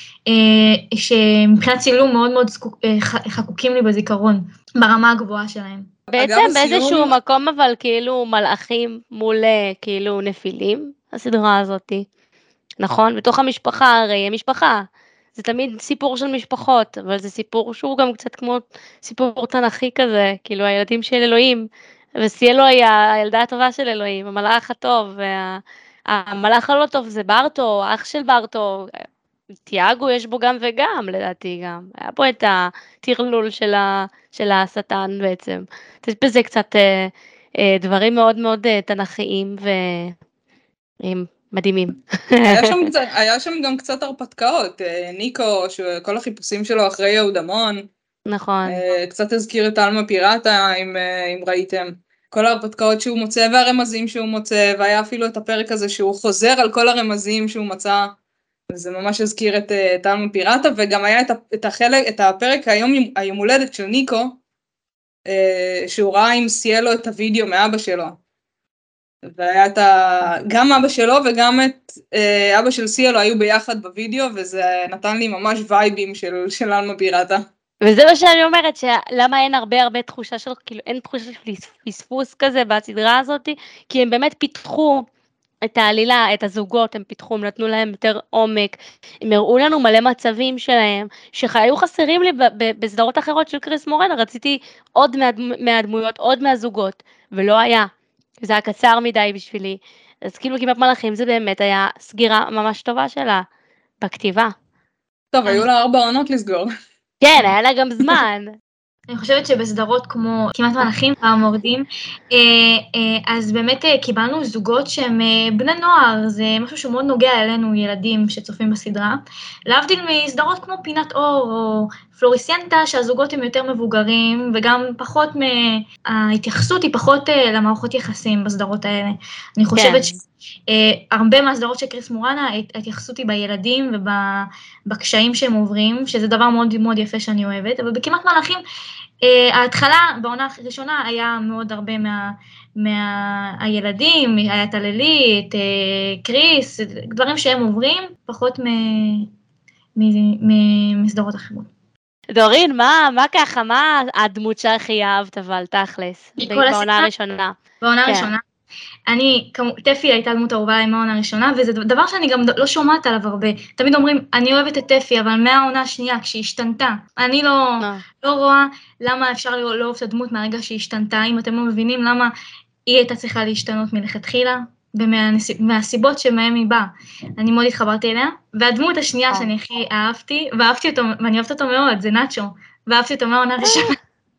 שמבחינת צילום מאוד מאוד חקוקים לי בזיכרון, ברמה הגבוהה שלהם. בעצם באיזשהו מקום אבל כאילו מלאכים מול כאילו נפילים, הסדרה הזאת, נכון? בתוך המשפחה, הרי משפחה, זה תמיד סיפור של משפחות, אבל זה סיפור שהוא גם קצת כמו סיפור תנכי כזה, כאילו הילדים של אלוהים, וסיאלו היה הילדה הטובה של אלוהים, המלאך הטוב, והמלאך הלא טוב זה ברטו, אח של ברטו, תיאגו יש בו גם וגם, לדעתי גם. היה פה את הטרלול של, ה, של השטן בעצם. יש בזה קצת אה, אה, דברים מאוד מאוד אה, תנכיים ומדהימים. היה שם, קצת, היה שם גם קצת הרפתקאות. ניקו, כל החיפושים שלו אחרי יהודמון. נכון. קצת הזכיר את אלמה פיראטה, אם, אם ראיתם. כל ההרפתקאות שהוא מוצא והרמזים שהוא מוצא, והיה אפילו את הפרק הזה שהוא חוזר על כל הרמזים שהוא מצא. זה ממש הזכיר את, את אלמה פיראטה, וגם היה את, את, החלק, את הפרק היום, היום הולדת של ניקו, שהוא ראה עם סיאלו את הוידאו מאבא שלו. והיה את ה... גם אבא שלו וגם את אבא של סיאלו היו ביחד בוידאו, וזה נתן לי ממש וייבים של, של אלמה פיראטה. וזה מה שאני אומרת, שלמה אין הרבה הרבה תחושה של, כאילו אין תחושה של פספוס כזה בסדרה הזאת, כי הם באמת פיתחו את העלילה, את הזוגות, הם פיתחו, הם נתנו להם יותר עומק, הם הראו לנו מלא מצבים שלהם, שהיו חסרים לי בסדרות אחרות של קריס מורנה, רציתי עוד מהדמויות, עוד מהזוגות, ולא היה, זה היה קצר מדי בשבילי, אז כאילו כמעט מלאכים, זה באמת היה סגירה ממש טובה שלה, בכתיבה. טוב, היו לה ארבע עונות לסגור. כן, היה לה גם זמן. אני חושבת שבסדרות כמו כמעט מלאכים והמורדים, אז באמת קיבלנו זוגות שהם בני נוער, זה משהו שמאוד נוגע אלינו, ילדים שצופים בסדרה, להבדיל מסדרות כמו פינת אור או פלוריסנטה, שהזוגות הם יותר מבוגרים, וגם פחות, ההתייחסות היא פחות למערכות יחסים בסדרות האלה. אני חושבת שהרבה מהסדרות של קריס מורנה, ההתייחסות היא בילדים ובקשיים שהם עוברים, שזה דבר מאוד מאוד יפה שאני אוהבת, אבל בכמעט מלאכים, ההתחלה בעונה הראשונה היה מאוד הרבה מהילדים, היה את הלילי, את קריס, דברים שהם עוברים, פחות מסדרות אחרות. דורין, מה, מה ככה, מה הדמות שהכי אהבת אבל תכלס, בעונה הראשונה? בעונה הראשונה. אני, טפי הייתה דמות אהובה עם העונה הראשונה, וזה דבר שאני גם לא שומעת עליו הרבה. תמיד אומרים, אני אוהבת את טפי, אבל מהעונה השנייה, כשהיא השתנתה, אני לא, לא רואה למה אפשר לאהוב את הדמות מהרגע שהיא השתנתה, אם אתם לא מבינים למה היא הייתה צריכה להשתנות מלכתחילה, ומהסיבות שמהם היא באה. אני מאוד התחברתי אליה, והדמות השנייה שאני הכי אהבתי, ואהבתי אותו, ואני אוהבת אותו מאוד, זה נאצ'ו, ואהבתי אותו מהעונה הראשונה.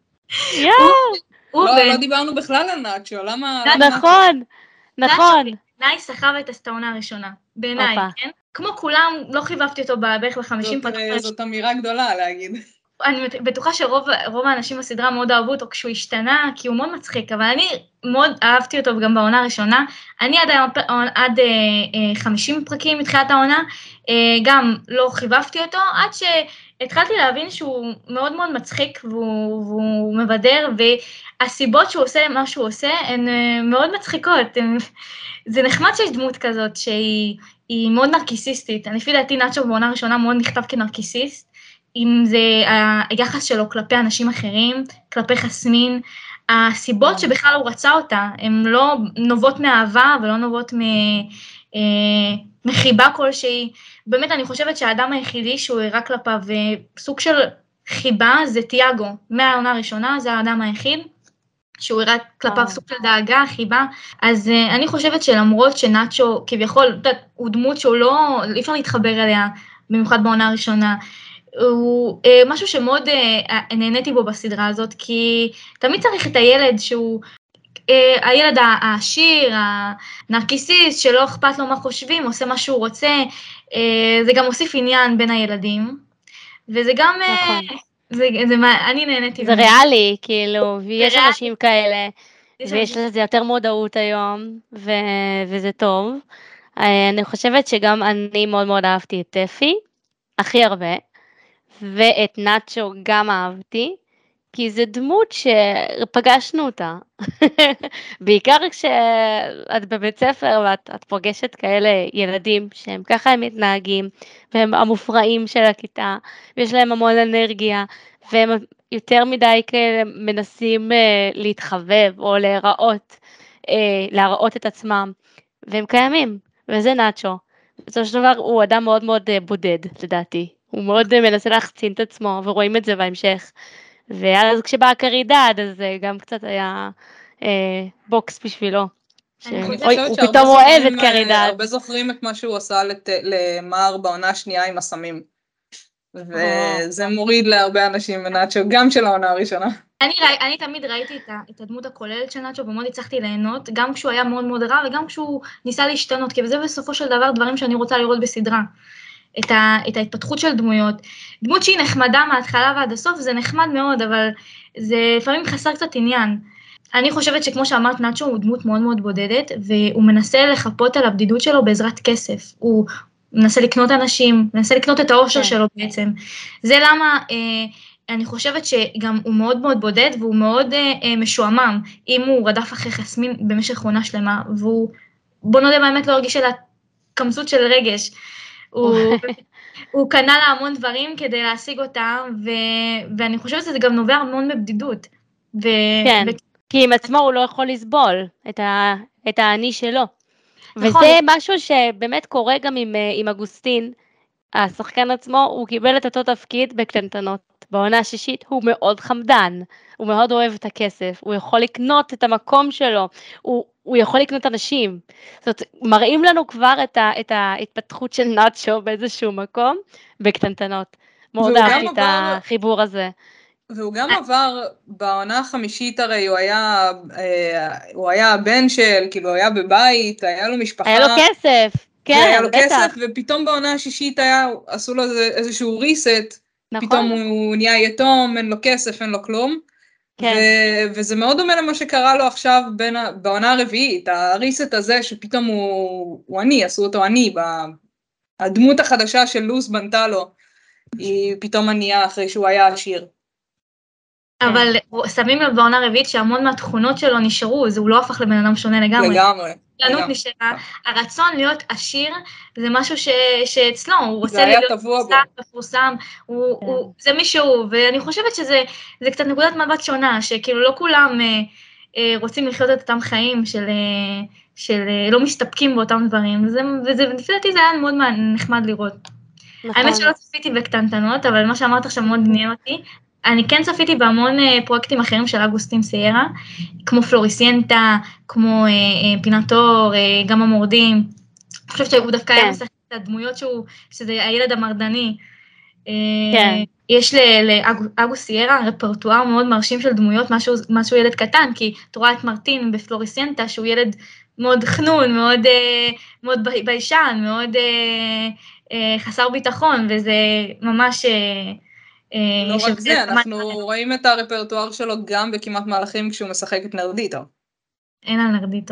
לא, לא דיברנו בכלל על נאצ'ו, למה... נכון, נכון. בעיניי סחב את העונה הראשונה, בעיניי, כן? כמו כולם, לא חיבבתי אותו בערך ב-חמישים פרקים. זאת אמירה גדולה להגיד. אני בטוחה שרוב האנשים בסדרה מאוד אהבו אותו כשהוא השתנה, כי הוא מאוד מצחיק, אבל אני מאוד אהבתי אותו גם בעונה הראשונה. אני עד חמישים פרקים מתחילת העונה, גם לא חיבבתי אותו, עד שהתחלתי להבין שהוא מאוד מאוד מצחיק, והוא מבדר, והסיבות שהוא עושה מה שהוא עושה, הן מאוד מצחיקות. זה נחמד שיש דמות כזאת, שהיא מאוד נרקיסיסטית. אני לפי דעתי נאצ'ו בעונה הראשונה מאוד נכתב כנרקיסיסט, אם זה היחס שלו כלפי אנשים אחרים, כלפי חסמין, הסיבות שבכלל הוא רצה אותה, הן לא נובעות מאהבה ולא נובעות מחיבה כלשהי. באמת אני חושבת שהאדם היחידי שהוא הראה כלפיו סוג של חיבה זה תיאגו. מהעונה הראשונה זה האדם היחיד שהוא הראה כלפיו סוג של דאגה, חיבה. אז אני חושבת שלמרות שנאצ'ו כביכול הוא דמות שהוא לא, אי אפשר להתחבר אליה, במיוחד בעונה הראשונה, הוא משהו שמאוד נהניתי בו בסדרה הזאת, כי תמיד צריך את הילד שהוא הילד העשיר, הנרקיסיסט, שלא אכפת לו מה חושבים, עושה מה שהוא רוצה, זה גם מוסיף עניין בין הילדים, וזה גם, זה, זה, אני נהניתי. זה ריאלי, כאילו, ויש אנשים כאלה, ויש לזה יותר מודעות היום, וזה טוב. אני חושבת שגם אני מאוד מאוד אהבתי את טפי, הכי הרבה, ואת נאצ'ו גם אהבתי, כי זה דמות שפגשנו אותה. בעיקר כשאת בבית ספר ואת את פוגשת כאלה ילדים שהם ככה הם מתנהגים, והם המופרעים של הכיתה, ויש להם המון אנרגיה, והם יותר מדי כאלה מנסים uh, להתחבב או להיראות, uh, להראות את עצמם, והם קיימים, וזה נאצ'ו. בסופו של דבר הוא אדם מאוד מאוד uh, בודד, לדעתי. הוא מאוד uh, מנסה להחצין את עצמו, ורואים את זה בהמשך. ואז כשבאה קרידד, אז זה גם קצת היה אה, בוקס בשבילו. אני ש- חושבת אוי, חושבת הוא שהרבה פתאום אוהב את זוכרים, אה, קרידד. הרבה זוכרים את מה שהוא עשה לת- למר בעונה השנייה עם הסמים. וזה מוריד להרבה אנשים מנאצ'ו, גם של העונה הראשונה. אני, ראי, אני תמיד ראיתי את, ה, את הדמות הכוללת של נאצ'ו, ומאוד הצלחתי ליהנות, גם כשהוא היה מאוד מאוד רע, וגם כשהוא ניסה להשתנות, כי זה בסופו של דבר דברים שאני רוצה לראות בסדרה. את, ה, את ההתפתחות של דמויות. דמות שהיא נחמדה מההתחלה ועד הסוף, זה נחמד מאוד, אבל זה לפעמים חסר קצת עניין. אני חושבת שכמו שאמרת, נאצ'ו הוא דמות מאוד מאוד בודדת, והוא מנסה לחפות על הבדידות שלו בעזרת כסף. הוא מנסה לקנות אנשים, מנסה לקנות את האושר כן. שלו בעצם. זה למה אה, אני חושבת שגם הוא מאוד מאוד בודד, והוא מאוד אה, אה, משועמם, אם הוא רדף אחרי חסמים במשך עונה שלמה, והוא, בוא נודה באמת, לא הרגיש אלא קמצות של רגש. הוא, הוא קנה לה המון דברים כדי להשיג אותם, ו, ואני חושבת שזה גם נובע המון מבדידות. ו, כן, ו, כי עם עצמו הוא לא יכול לסבול את, ה, את האני שלו. נכון. וזה משהו שבאמת קורה גם עם, אה, עם אגוסטין, השחקן עצמו, הוא קיבל את אותו תפקיד בקטנטנות. בעונה השישית הוא מאוד חמדן, הוא מאוד אוהב את הכסף, הוא יכול לקנות את המקום שלו, הוא, הוא יכול לקנות אנשים. זאת אומרת, מראים לנו כבר את, ה, את ההתפתחות של נאצ'ו באיזשהו מקום בקטנטנות. מאוד והוא אהבתי גם את עבר- החיבור הזה. והוא גם עבר, בעונה החמישית הרי הוא היה, אה, הוא היה הבן של, כאילו הוא היה בבית, היה לו משפחה. היה לו כסף, והיה כן, לו בטח. כסף, ופתאום בעונה השישית היה, עשו לו איזה- איזשהו ריסט, נכון. פתאום הוא נהיה יתום, אין לו כסף, אין לו כלום. כן. ו- וזה מאוד דומה למה שקרה לו עכשיו בין ה- בעונה הרביעית, הריסט הזה שפתאום הוא, הוא עני, עשו אותו עני, ב- הדמות החדשה של לוז בנתה לו, היא פתאום ענייה אחרי שהוא היה עשיר. אבל שמים לב בעונה רביעית שהמון מהתכונות שלו נשארו, זה הוא לא הפך לבן אדם שונה לגמרי. לגמרי. הענות לגמרי. נשארה, הרצון להיות עשיר זה משהו ש, שאצלו, הוא רוצה היה להיות טבוע בו. מפורסם, מפורסם, הוא, כן. הוא, זה מישהו, ואני חושבת שזה זה קצת נקודת מבט שונה, שכאילו לא כולם אה, אה, רוצים לחיות את אותם חיים של, אה, של אה, לא מסתפקים באותם דברים, וזה, וזה, לפי דעתי זה היה מאוד נחמד לראות. נכון. האמת שלא צפיתי בקטנטנות, אבל מה שאמרת עכשיו מאוד עניין אותי. אני כן צפיתי בהמון uh, פרויקטים אחרים של אגוסטין סיירה, כמו פלוריסיינטה, כמו uh, uh, פינטור, uh, גם המורדים. אני חושבת שהוא דווקא היה כן. משחק את הדמויות שהוא, שזה הילד המרדני. Uh, כן. יש לאגוס סיירה רפרטואר מאוד מרשים של דמויות, משהו, משהו ילד קטן, כי את רואה את מרטין בפלוריסיינטה, שהוא ילד מאוד חנון, מאוד, uh, מאוד ביישן, מאוד... Uh, חסר ביטחון, וזה ממש... לא רק זה, אנחנו רואים את הרפרטואר שלו גם בכמעט מהלכים כשהוא משחק את נרדיטו. אין על נרדיטו.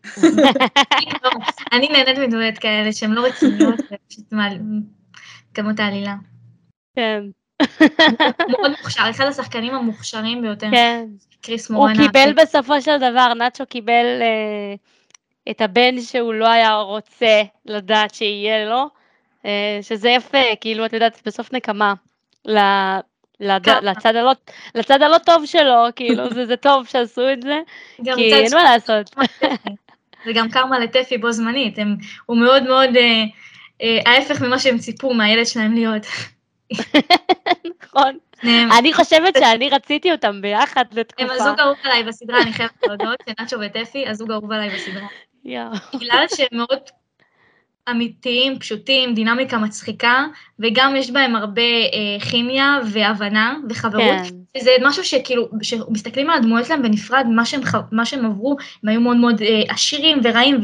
אני נהנית מדמויות כאלה שהן לא רציניות, ופשוט כמות העלילה. כן. מאוד מוכשר, אחד השחקנים המוכשרים ביותר. כן. קריס הוא מורנה. קיבל בסופו של דבר, נאצ'ו קיבל אה, את הבן שהוא לא היה רוצה לדעת שיהיה לו, אה, שזה יפה, כאילו את יודעת, בסוף נקמה ל, לד, לצד, הלא, לצד הלא טוב שלו, כאילו זה, זה טוב שעשו את זה, כי אין מה לעשות. זה גם קרמה לטפי בו זמנית, הם, הוא מאוד מאוד אה, אה, ההפך ממה שהם ציפו מהילד שלהם להיות. נכון. אני חושבת שאני רציתי אותם ביחד לתקופה. הם הזוג אהוב עליי בסדרה, אני חייבת להודות, שנאצ'ו וטפי, הזוג אהוב עליי בסדרה. בגלל שהם מאוד אמיתיים, פשוטים, דינמיקה מצחיקה, וגם יש בהם הרבה כימיה והבנה וחברות. זה משהו שכאילו, שמסתכלים על הדמויות שלהם בנפרד, מה שהם עברו, הם היו מאוד מאוד עשירים ורעים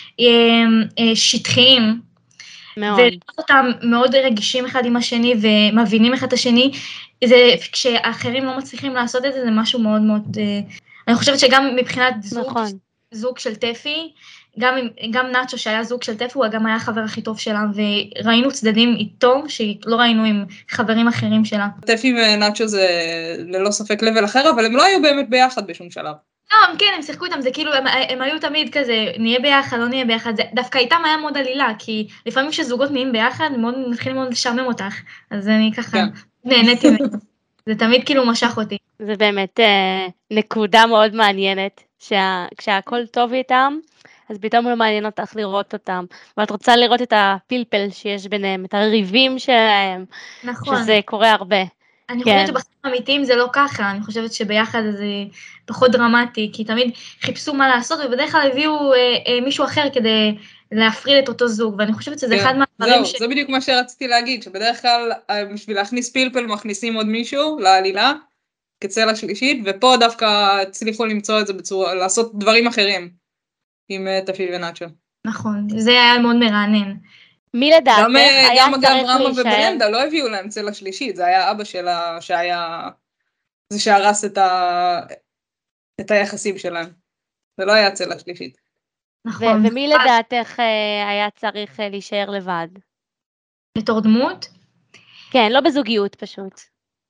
ושטחיים. מאוד. ולראות אותם מאוד רגישים אחד עם השני ומבינים אחד את השני, זה, כשאחרים לא מצליחים לעשות את זה, זה משהו מאוד מאוד, אני חושבת שגם מבחינת זוג, זוג של טפי, גם, גם נאצ'ו שהיה זוג של טפי, הוא גם היה החבר הכי טוב שלה, וראינו צדדים איתו, שלא ראינו עם חברים אחרים שלה. טפי ונאצ'ו זה ללא ספק לבל אחר, אבל הם לא היו באמת ביחד בשום שלב. לא, הם כן, הם שיחקו איתם, זה כאילו, הם, הם היו תמיד כזה, נהיה ביחד, לא נהיה ביחד, זה, דווקא איתם היה מאוד עלילה, כי לפעמים כשזוגות נהיים ביחד, מאוד, מתחילים מאוד לשעמם אותך, אז אני ככה כן. נהניתי מהם, זה תמיד כאילו משך אותי. זה באמת אה, נקודה מאוד מעניינת, שה, כשהכל טוב איתם, אז פתאום לא מעניין אותך לראות אותם, ואת רוצה לראות את הפלפל שיש ביניהם, את הריבים שלהם, נכון. שזה קורה הרבה. אני כן. חושבת שבחיים אמיתיים זה לא ככה, אני חושבת שביחד זה פחות דרמטי, כי תמיד חיפשו מה לעשות, ובדרך כלל הביאו אה, אה, מישהו אחר כדי להפריד את אותו זוג, ואני חושבת שזה כן. אחד מהדברים זהו, ש... זה בדיוק מה שרציתי להגיד, שבדרך כלל בשביל להכניס פלפל מכניסים עוד מישהו לעלילה, כצלע שלישית, ופה דווקא הצליחו למצוא את זה בצורה, לעשות דברים אחרים עם טפי ונאצ'ו. נכון, זה היה מאוד מרענן. מי לדעתך גם, היה גם אגב צריך רמה להישאר? וברנדה לא הביאו להם צלע שלישית, זה היה אבא שלה שהיה, זה שהרס את, ה, את היחסים שלהם, זה לא היה צלע שלישית. נכון. ו- ומי לדעתך אה, היה צריך אה, להישאר לבד? בתור דמות? כן, לא בזוגיות פשוט.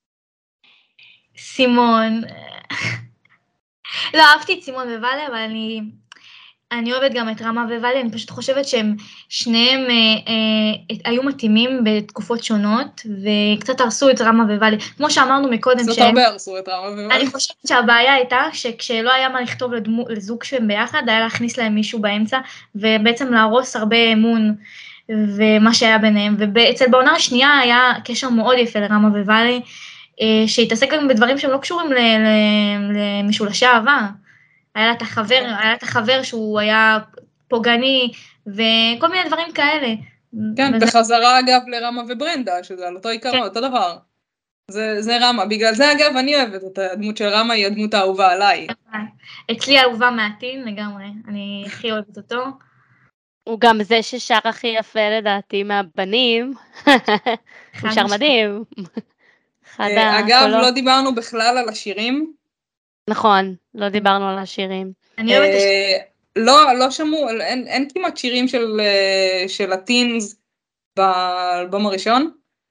סימון. לא, אהבתי את סימון וואלה, אבל אני... אני אוהבת גם את רמה וואלי, אני פשוט חושבת שהם שניהם אה, אה, היו מתאימים בתקופות שונות, וקצת הרסו את רמה וואלי. כמו שאמרנו מקודם, זאת שהם... הרבה הרסו את רמה וואלי. אני חושבת שהבעיה הייתה שכשלא היה מה לכתוב לדמו, לזוג שהם ביחד, היה להכניס להם מישהו באמצע, ובעצם להרוס הרבה אמון ומה שהיה ביניהם. ואצל בעונה השנייה היה קשר מאוד יפה לרמה וואלי, אה, שהתעסק גם בדברים שהם לא קשורים ל- ל- למשולשי אהבה. היה לה את החבר, היה לה את החבר שהוא היה פוגעני, וכל מיני דברים כאלה. כן, וזה... בחזרה אגב לרמה וברנדה, שזה על אותו עיקרון, כן. אותו דבר. זה, זה רמה, בגלל זה אגב אני אוהבת את הדמות של רמה, היא הדמות האהובה עליי. אצלי אהובה מעטין לגמרי, אני הכי אוהבת אותו. הוא גם זה ששר הכי יפה לדעתי מהבנים, הוא שר מדהים. אחד אגב, הקולות. לא דיברנו בכלל על השירים. נכון, לא דיברנו על השירים. אני אוהבת את השירים. לא, לא שמעו, אין, אין כמעט שירים של, של הטינס באלבום הראשון.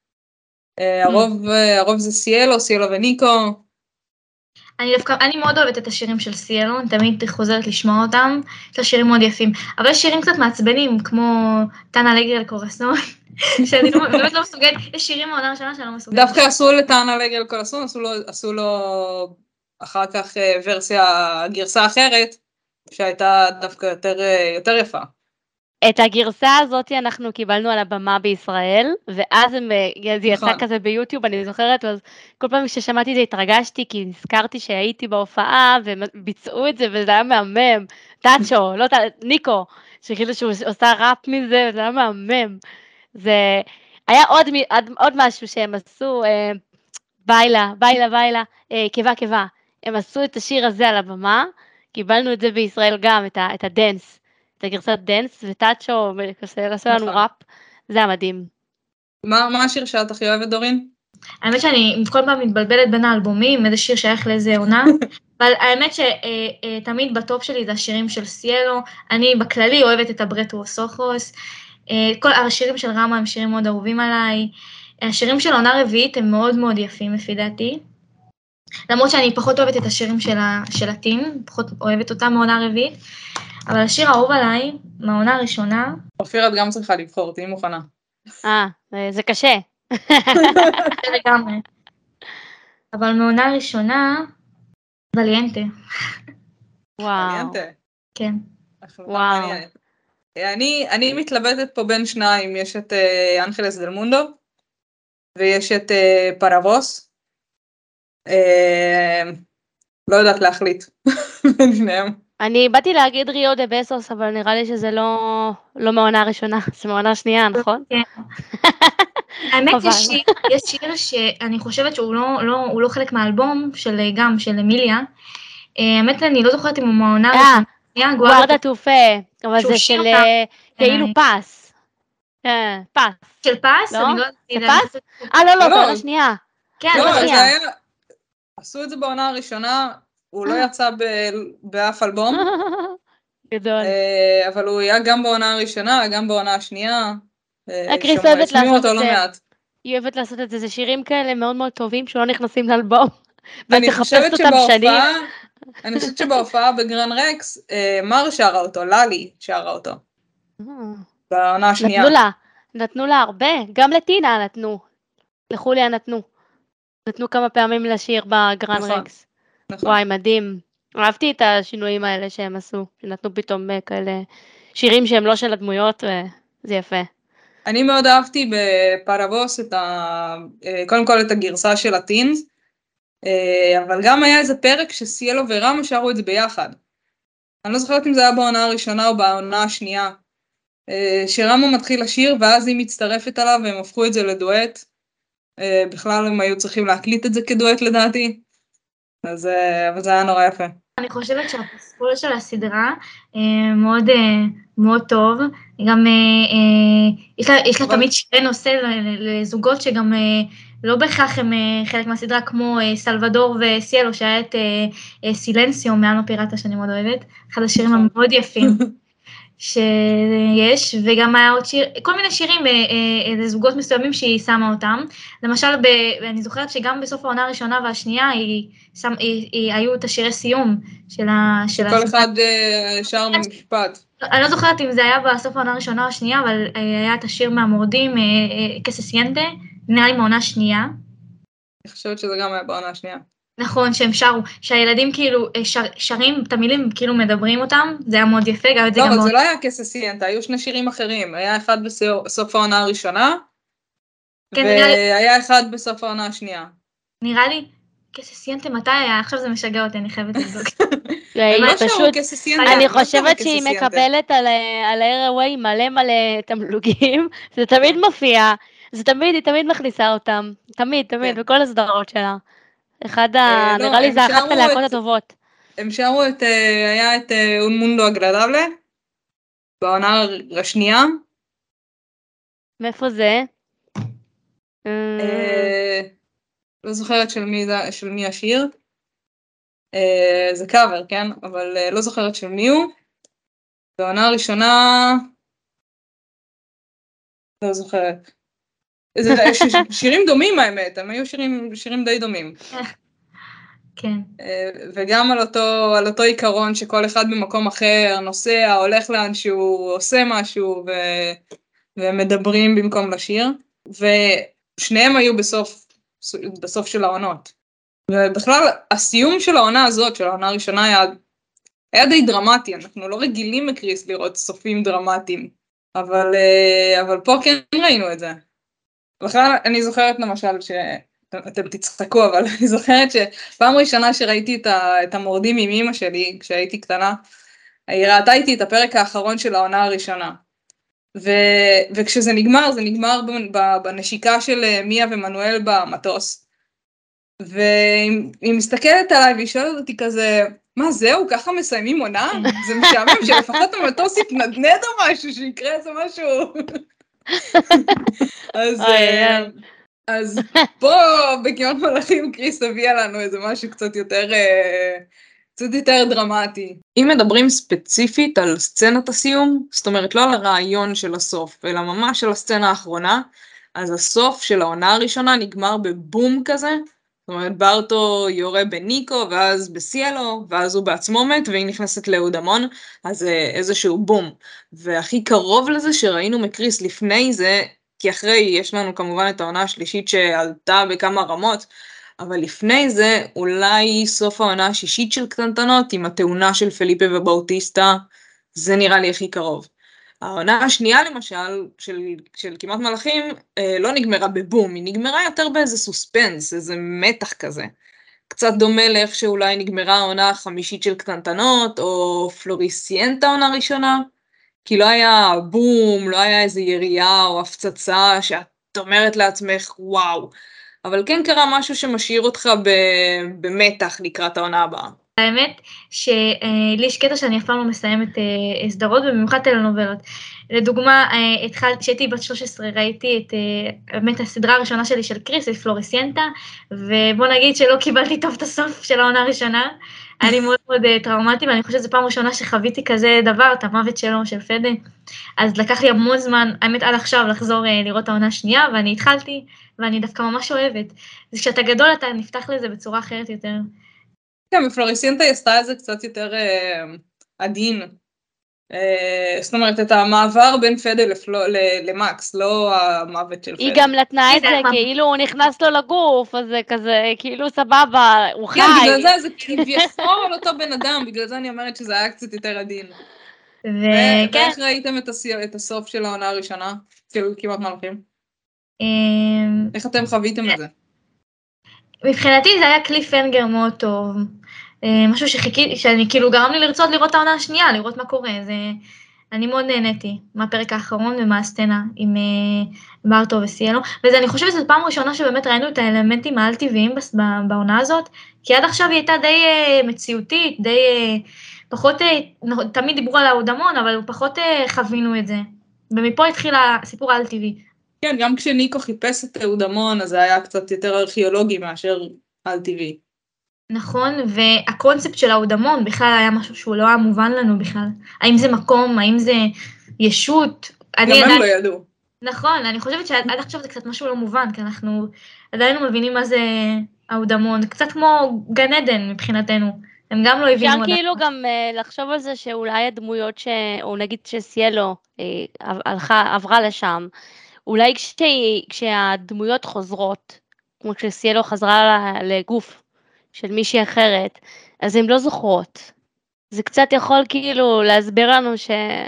הרוב, הרוב זה סיאלו, סיאלו וניקו. אני דווקא, אני מאוד אוהבת את השירים של סיאלו, אני תמיד חוזרת לשמוע אותם, יש לה שירים מאוד יפים, אבל יש שירים קצת מעצבנים, כמו טאנה אלגרה לקורסון, שאני לא, באמת לא מסוגלת, יש שירים מהעונה הראשונה שאני לא מסוגלת. דווקא עשו לטאנה אלגרה לקורסון, עשו לו, עשו לו אחר כך ורסיה, גרסה אחרת, שהייתה דווקא יותר, יותר יפה. את הגרסה הזאת אנחנו קיבלנו על הבמה בישראל, ואז הם, זה יצא נכון. כזה ביוטיוב, אני זוכרת, ואז כל פעם ששמעתי את זה התרגשתי, כי נזכרתי שהייתי בהופעה, והם ביצעו את זה, וזה היה מהמם. טאצ'ו, לא טאצ'ו, ניקו, שכאילו שהוא עושה ראפ מזה, וזה היה מהמם. זה היה עוד, עוד, עוד משהו שהם עשו, אה, ביילה, ביילה, ביילה, אה, קיבה, קיבה. הם עשו את השיר הזה על הבמה, קיבלנו את זה בישראל גם, את, ה, את הדנס. את הגרסת דנס וטאצ'ו, ועשה לנו ראפ, זה היה מדהים. מה, מה השיר שאת הכי אוהבת, דורין? האמת שאני כל פעם מתבלבלת בין האלבומים, איזה שיר שייך לאיזה עונה, אבל האמת שתמיד בטופ שלי זה השירים של סיאלו, אני בכללי אוהבת את הברטו סוחוס, כל השירים של רמה הם שירים מאוד אהובים עליי, השירים של עונה רביעית הם מאוד מאוד יפים לפי דעתי, למרות שאני פחות אוהבת את השירים של, ה, של הטין, פחות אוהבת אותם מעונה רביעית, אבל השיר האהוב עליי, מהעונה הראשונה... אופיר, את גם צריכה לבחור, תהי מוכנה. אה, זה קשה. זה לגמרי. אבל מעונה ראשונה, וליאנטה. וואו. וליאנטה. כן. וואו. אני, אני מתלבטת פה בין שניים, יש את uh, אנחלס דל מונדו, ויש את uh, פרבוס. Uh, לא יודעת להחליט בין שניהם. אני באתי להגיד ריו דה בסוס, אבל נראה לי שזה לא, לא מעונה ראשונה, זה מעונה שנייה, נכון? כן. האמת יש שיר, יש שיר שאני חושבת שהוא לא, לא, הוא לא חלק מהאלבום של גם של אמיליה. האמת אני לא זוכרת אם הוא מעונה ראשונה. גוארדה טופה, אבל זה של כאילו פס. פס. של פס? לא? זה פס? אה לא לא, זה עונה שנייה. כן, לא, זה היה, עשו את זה בעונה הראשונה, הוא לא יצא באף אלבום, גדול. אבל הוא היה גם בעונה הראשונה, גם בעונה השנייה. קריס אוהבת לעשות את לא זה. מעט. היא אוהבת לעשות את זה, זה שירים כאלה מאוד מאוד טובים שלא נכנסים לאלבום. אני חושבת שבהופעה, אני חושבת שבהופעה בגרן רקס, מר שרה אותו, ללי שרה אותו. בעונה השנייה. נתנו לה, נתנו לה הרבה, גם לטינה נתנו, לחוליה נתנו. נתנו כמה פעמים לשיר בגרן רקס. וואי, מדהים. אהבתי את השינויים האלה שהם עשו, שנתנו פתאום כאלה שירים שהם לא של הדמויות, וזה יפה. אני מאוד אהבתי בפרבוס את ה... קודם כל את הגרסה של הטינס, אבל גם היה איזה פרק שסיאלו ורמה שרו את זה ביחד. אני לא זוכרת אם זה היה בעונה הראשונה או בעונה השנייה. שרמה מתחיל לשיר ואז היא מצטרפת עליו והם הפכו את זה לדואט. בכלל הם היו צריכים להקליט את זה כדואט לדעתי. אז אבל זה היה נורא יפה. אני חושבת שהפסקול של הסדרה מאוד מאוד טוב, גם יש לה, יש לה תמיד שתי נושא לזוגות שגם לא בהכרח הם חלק מהסדרה, כמו סלבדור וסיאלו, שהיה את סילנסיו מאנו פירטה שאני מאוד אוהבת, אחד השירים המאוד יפים שיש, וגם היה עוד שיר, כל מיני שירים לזוגות מסוימים שהיא שמה אותם, למשל, אני זוכרת שגם בסוף העונה הראשונה והשנייה, היא, שם, היא, היא, היו את השירי סיום של ה... כל אחד שר משפט. אני לא זוכרת אם זה היה בסוף העונה הראשונה או השנייה, אבל היה את השיר מהמורדים, קססיינטה, נראה לי מהעונה השנייה. אני חושבת שזה גם היה בעונה השנייה. נכון, שהם שרו, שהילדים כאילו שר, שרים את המילים, כאילו מדברים אותם, זה היה מאוד יפה, גם את זה לא, גם אבל מאוד... זה לא היה קססיינטה, היו שני שירים אחרים, היה אחד בסוף העונה הראשונה, כן, והיה אחד בסוף העונה השנייה. נראה לי, קססיינטה מתי היה? עכשיו זה משגע אותי, אני חייבת לבדוק. הם לא שרו קססיינטה. אני חושבת שהיא מקבלת על ה-Airway מלא מלא תמלוגים, זה תמיד מופיע, זה תמיד, היא תמיד מכניסה אותם, תמיד, תמיד, בכל הסדרות שלה. אחד ה... נראה לי זה אחת הלהקות הטובות. הם שרו את, היה את Un Mundo Agradable, בעונה השנייה. מאיפה זה? לא זוכרת של מי השיר. זה קאבר, כן? אבל לא זוכרת של מי הוא. בעונה הראשונה... לא זוכרת. זה שירים דומים האמת, הם היו שירים, שירים די דומים. כן. וגם על אותו, על אותו עיקרון שכל אחד במקום אחר נוסע, הולך לאנשהו, עושה משהו ו... ומדברים במקום לשיר. ושניהם היו בסוף, בסוף של העונות. ובכלל, הסיום של העונה הזאת, של העונה הראשונה, היה, היה די דרמטי. אנחנו לא רגילים מקריס לראות סופים דרמטיים. אבל, אבל פה כן ראינו את זה. בכלל, אני זוכרת למשל שאתם תצחקו, אבל אני זוכרת שפעם ראשונה שראיתי את, ה, את המורדים עם אמא שלי, כשהייתי קטנה, היא ראתה איתי את הפרק האחרון של העונה הראשונה. ו, וכשזה נגמר, זה נגמר בנשיקה של מיה ומנואל במטוס. והיא מסתכלת עליי והיא שואלת אותי כזה, מה זהו, ככה מסיימים עונה? זה משעמם שלפחות המטוס יתנדנד או משהו, שיקרה איזה משהו. אז, אז פה בכמעט מלאכים קריס הביאה לנו איזה משהו קצת יותר, קצת יותר דרמטי. אם מדברים ספציפית על סצנת הסיום, זאת אומרת לא על הרעיון של הסוף, אלא ממש על הסצנה האחרונה, אז הסוף של העונה הראשונה נגמר בבום כזה, זאת אומרת, ברטו יורה בניקו, ואז בסיאלו, ואז הוא בעצמו מת, והיא נכנסת לאודמון, אז איזשהו בום. והכי קרוב לזה שראינו מקריס לפני זה, כי אחרי יש לנו כמובן את העונה השלישית שעלתה בכמה רמות, אבל לפני זה אולי סוף העונה השישית של קטנטנות, עם התאונה של פליפה ובאוטיסטה, זה נראה לי הכי קרוב. העונה השנייה למשל, של, של כמעט מלאכים, אה, לא נגמרה בבום, היא נגמרה יותר באיזה סוספנס, איזה מתח כזה. קצת דומה לאיך שאולי נגמרה העונה החמישית של קטנטנות, או פלוריסיינטה העונה הראשונה, כי לא היה בום, לא היה איזה ירייה או הפצצה שאת אומרת לעצמך וואו, אבל כן קרה משהו שמשאיר אותך במתח לקראת העונה הבאה. האמת שלי יש קטע שאני אף פעם לא מסיימת סדרות, ובמיוחד טלנובלות. לדוגמה, כשהייתי בת שלוש עשרה ראיתי את באמת הסדרה הראשונה שלי של קריס, את פלוריסיינטה, ובוא נגיד שלא קיבלתי טוב את הסוף של העונה הראשונה, היה לי מאוד מאוד טראומטי, ואני חושבת שזו פעם ראשונה שחוויתי כזה דבר, את המוות שלו, של פדה. אז לקח לי המון זמן, האמת עד עכשיו, לחזור לראות את העונה השנייה, ואני התחלתי, ואני דווקא ממש אוהבת. אז כשאתה גדול, אתה נפתח לזה בצורה אחרת יותר. כן, בפלוריסינטה היא עשתה את זה קצת יותר אה, עדין. אה, זאת אומרת, את המעבר בין פדה לפלו, למקס, לא המוות של פדה. היא גם נתנה את זה, כאילו הוא נכנס לו לגוף, אז זה כזה, כאילו סבבה, הוא חי. כן, בגלל זה זה כביכול אותו בן אדם, בגלל זה אני אומרת שזה היה קצת יותר עדין. ואיך ראיתם את הסוף של העונה הראשונה? של כמעט מלאכים? איך אתם חוויתם את זה? מבחינתי זה היה קליפהנגר מאוד טוב. משהו שחיכי, שאני כאילו גרם לי לרצות לראות את העונה השנייה, לראות מה קורה. זה... אני מאוד נהניתי מהפרק האחרון ומה הסצנה עם בארטו וסיאלו, וזה אני חושבת שזו פעם ראשונה שבאמת ראינו את האלמנטים העל-טבעיים בעונה הזאת, כי עד עכשיו היא הייתה די מציאותית, די פחות, תמיד דיברו על האודמון, אבל פחות חווינו את זה, ומפה התחיל הסיפור העל-טבעי. כן, גם כשניקו חיפש את האודמון, אז זה היה קצת יותר ארכיאולוגי מאשר על-טבעי. נכון, והקונספט של האודמון בכלל היה משהו שהוא לא היה מובן לנו בכלל. האם זה מקום, האם זה ישות? גם הם עדיין... לא ידעו. נכון, אני חושבת שעד עכשיו זה קצת משהו לא מובן, כי אנחנו עדיין לא מבינים מה זה האודמון, קצת כמו גן עדן מבחינתנו, הם גם לא הבינו. אפשר כאילו גם uh, לחשוב על זה שאולי הדמויות, ש... או נגיד שסיאלו uh, הלכה, עברה לשם, אולי כש... כשהדמויות חוזרות, כמו כשסיאלו חזרה לגוף, של מישהי אחרת, אז הן לא זוכרות. זה קצת יכול כאילו להסביר לנו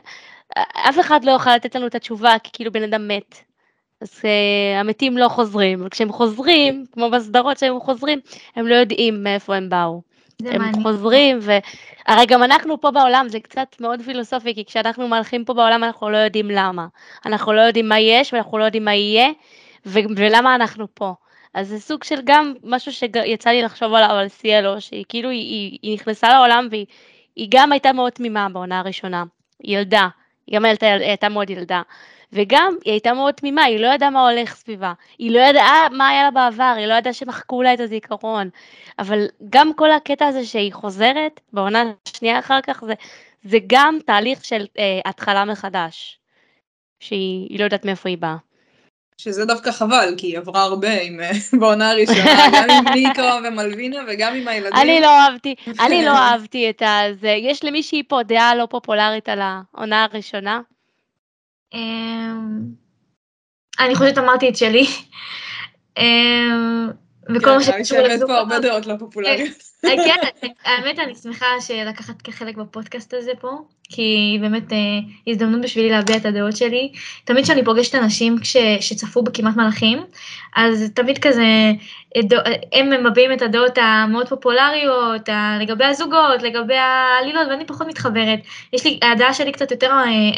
שאף אחד לא יוכל לתת לנו את התשובה, כי כאילו בן אדם מת. אז uh, המתים לא חוזרים, וכשהם חוזרים, כמו בסדרות שהם חוזרים, הם לא יודעים מאיפה הם באו. הם מעניין. חוזרים, והרי גם אנחנו פה בעולם, זה קצת מאוד פילוסופי, כי כשאנחנו מלכים פה בעולם, אנחנו לא יודעים למה. אנחנו לא יודעים מה יש, ואנחנו לא יודעים מה יהיה, ו- ולמה אנחנו פה. אז זה סוג של גם משהו שיצא לי לחשוב עליו, על סיאלו, שהיא כאילו, היא, היא, היא נכנסה לעולם, והיא היא גם הייתה מאוד תמימה בעונה הראשונה, ילדה, היא גם הייתה, הייתה מאוד ילדה, וגם היא הייתה מאוד תמימה, היא לא ידעה מה הולך סביבה, היא לא ידעה מה היה לה בעבר, היא לא ידעה שמחקו לה את הזיכרון, אבל גם כל הקטע הזה שהיא חוזרת, בעונה השנייה אחר כך, זה, זה גם תהליך של אה, התחלה מחדש, שהיא לא יודעת מאיפה היא באה. שזה דווקא חבל, כי היא עברה הרבה עם, בעונה הראשונה, גם עם ניקו ומלווינה וגם עם הילדים. אני לא אהבתי, אני לא אהבתי את זה. יש למישהי פה דעה לא פופולרית על העונה הראשונה? אני חושבת אמרתי את שלי. וכל מה שקשור לגזור. פה הרבה דעות לא פופולריות. כן, האמת אני שמחה שלקחת כחלק בפודקאסט הזה פה, כי באמת הזדמנות בשבילי להביע את הדעות שלי. תמיד כשאני פוגשת אנשים שצפו בכמעט מלאכים, אז תמיד כזה, הם מביעים את הדעות המאוד פופולריות, לגבי הזוגות, לגבי העלילות, ואני פחות מתחברת. יש לי, הדעה שלי קצת יותר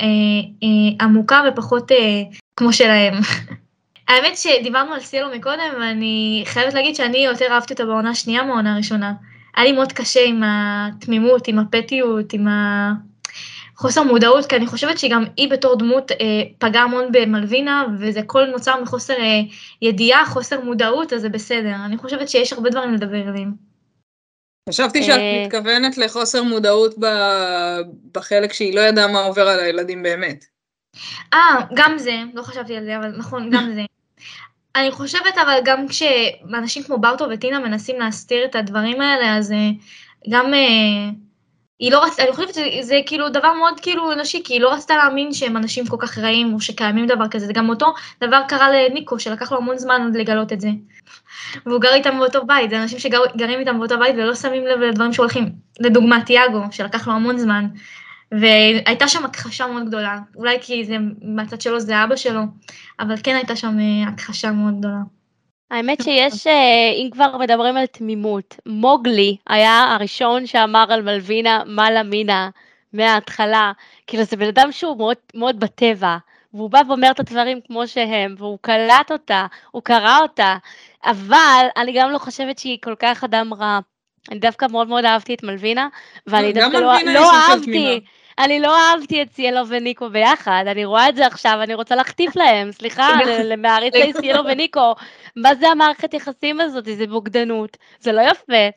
עמוקה ופחות כמו שלהם. האמת שדיברנו על סיאלו מקודם, ואני חייבת להגיד שאני יותר אהבתי אותה בעונה השנייה מהעונה הראשונה. היה לי מאוד קשה עם התמימות, עם הפטיות, עם החוסר מודעות, כי אני חושבת שגם היא בתור דמות אה, פגעה המון במלווינה, וזה כל נוצר מחוסר אה, ידיעה, חוסר מודעות, אז זה בסדר. אני חושבת שיש הרבה דברים לדבר עליהם. חשבתי שאת מתכוונת לחוסר מודעות בחלק שהיא לא ידעה מה עובר על הילדים באמת. אה, גם זה, לא חשבתי על זה, אבל נכון, גם זה. אני חושבת, אבל גם כשאנשים כמו בארטו וטינה מנסים להסתיר את הדברים האלה, אז גם, היא לא רצתה, אני חושבת שזה כאילו דבר מאוד כאילו אנושי, כי היא לא רצתה להאמין שהם אנשים כל כך רעים, או שקיימים דבר כזה, זה גם אותו דבר קרה לניקו, שלקח לו המון זמן עוד לגלות את זה. והוא גר איתם באותו בית, זה אנשים שגרים איתם באותו בית, ולא שמים לב לדברים שהולכים, לדוגמה תיאגו, שלקח לו המון זמן, והייתה שם הכחשה מאוד גדולה, אולי כי זה, מהצד שלו זה אבא שלו, אבל כן הייתה שם הכחשה מאוד גדולה. האמת שיש, אם כבר מדברים על תמימות, מוגלי היה הראשון שאמר על מלווינה מה למינה מההתחלה, כאילו זה בן אדם שהוא מאוד, מאוד בטבע, והוא בא ואומר את הדברים כמו שהם, והוא קלט אותה, הוא קרא אותה, אבל אני גם לא חושבת שהיא כל כך אדם רע. אני דווקא מאוד מאוד אהבתי את מלווינה, ואני דווקא לא, לא אהבתי, אני לא אהבתי את סיאלו וניקו ביחד, אני רואה את זה עכשיו, אני רוצה להחטיף להם, סליחה, למעריצי סיאלו וניקו, מה זה המערכת יחסים הזאת, זה בוגדנות, זה לא יפה,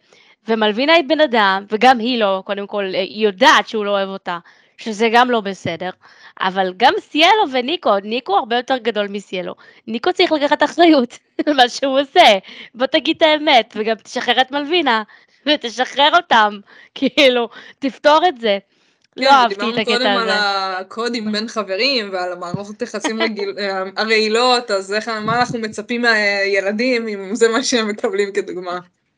ומלבינה היא בן אדם, וגם היא לא, קודם כל, היא יודעת שהוא לא אוהב אותה, שזה גם לא בסדר, אבל גם סיאלו וניקו, ניקו הרבה יותר גדול מסיאלו, ניקו צריך לקחת אחריות על מה שהוא עושה, בוא תגיד את האמת, וגם תשחרר את מלבינה, ותשחרר אותם, כאילו, תפתור את זה. לא כן, אהבתי את ודיברנו הקטע קודם על הזה. הקודים בין חברים ועל המערכות יחסים רגיל- אה, הרעילות, אז איך, מה אנחנו מצפים מהילדים אם זה מה שהם מקבלים כדוגמה?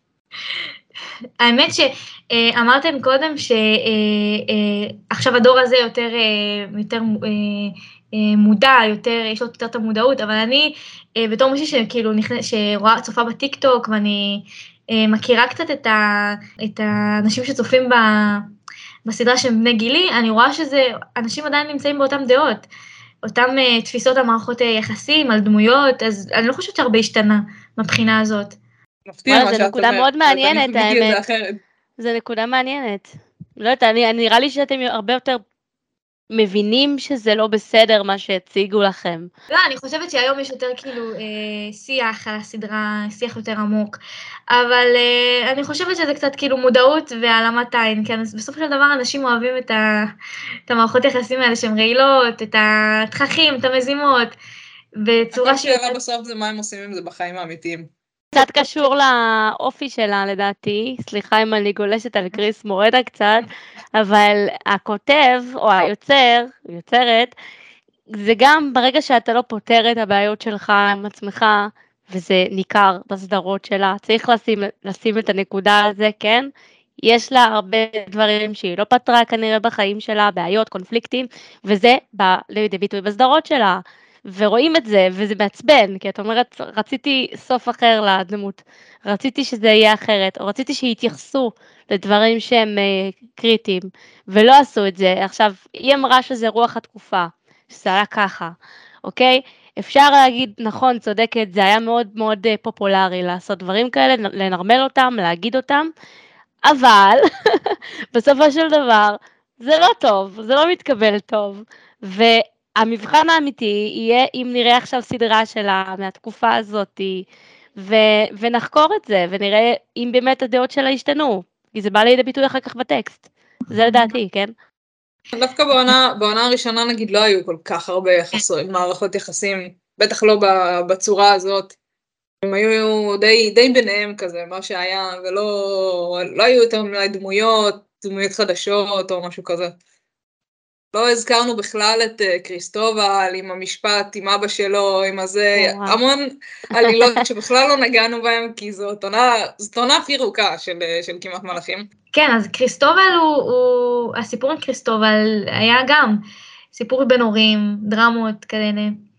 האמת שאמרתם קודם שעכשיו הדור הזה יותר, אה, יותר אה, אה, מודע, יותר, יש לו יותר את המודעות, אבל אני אה, בתור מישהי שכאילו נכנס, שרואה, צופה בטיק טוק, ואני אה, מכירה קצת את, ה, את האנשים שצופים ב, בסדרה של בני גילי, אני רואה שזה, אנשים עדיין נמצאים באותם דעות, אותם אה, תפיסות על מערכות אה, יחסים, על דמויות, אז אני לא חושבת שהרבה השתנה מבחינה הזאת. מפתיע וואלה, מה זו שאת נקודה אומרת, מאוד מעניינת, אני חוויתי את זה האמת. אחרת. זו נקודה מעניינת. לא יודעת, אני, נראה לי שאתם הרבה יותר מבינים שזה לא בסדר מה שהציגו לכם. לא, אני חושבת שהיום יש יותר כאילו אה, שיח על הסדרה, שיח יותר עמוק, אבל אה, אני חושבת שזה קצת כאילו מודעות והעלמת עין, כן, אז בסופו של דבר אנשים אוהבים את, ה, את המערכות יחסים האלה שהן רעילות, את התככים, את המזימות, בצורה הכל שהיא... שאלה בסוף זה מה הם עושים עם זה בחיים האמיתיים. קצת קשור לאופי שלה לדעתי, סליחה אם אני גולשת על קריס מורדה קצת, אבל הכותב או היוצר, יוצרת, זה גם ברגע שאתה לא פותר את הבעיות שלך עם עצמך, וזה ניכר בסדרות שלה, צריך לשים, לשים את הנקודה על זה, כן? יש לה הרבה דברים שהיא לא פתרה כנראה בחיים שלה, בעיות, קונפליקטים, וזה בא לידי ביטוי בסדרות שלה. ורואים את זה, וזה מעצבן, כי את אומרת, רציתי סוף אחר לדמות, רציתי שזה יהיה אחרת, או רציתי שיתייחסו לדברים שהם uh, קריטיים, ולא עשו את זה. עכשיו, היא אמרה שזה רוח התקופה, שזה היה ככה, אוקיי? אפשר להגיד, נכון, צודקת, זה היה מאוד מאוד uh, פופולרי לעשות דברים כאלה, לנרמל אותם, להגיד אותם, אבל בסופו של דבר, זה לא טוב, זה לא מתקבל טוב, והמבחן האמיתי יהיה אם נראה עכשיו סדרה שלה מהתקופה הזאת, ו- ונחקור את זה, ונראה אם באמת הדעות שלה השתנו, כי זה בא לידי ביטוי אחר כך בטקסט, זה לדעתי, כן? דווקא בעונה, בעונה הראשונה נגיד לא היו כל כך הרבה יחסו, מערכות יחסים, בטח לא ב- בצורה הזאת. הם היו די, די ביניהם כזה, מה שהיה, ולא לא היו יותר מדי דמויות, דמויות חדשות או משהו כזה. לא הזכרנו בכלל את uh, קריסטובל עם המשפט, עם אבא שלו, עם הזה, וואו. המון עלילות שבכלל לא נגענו בהם, כי זאת עונה, זאת עונה הכי ארוכה של, של כמעט מלאכים. כן, אז קריסטובל הוא, הוא, הסיפור עם קריסטובל היה גם סיפור בין הורים, דרמות כאלה,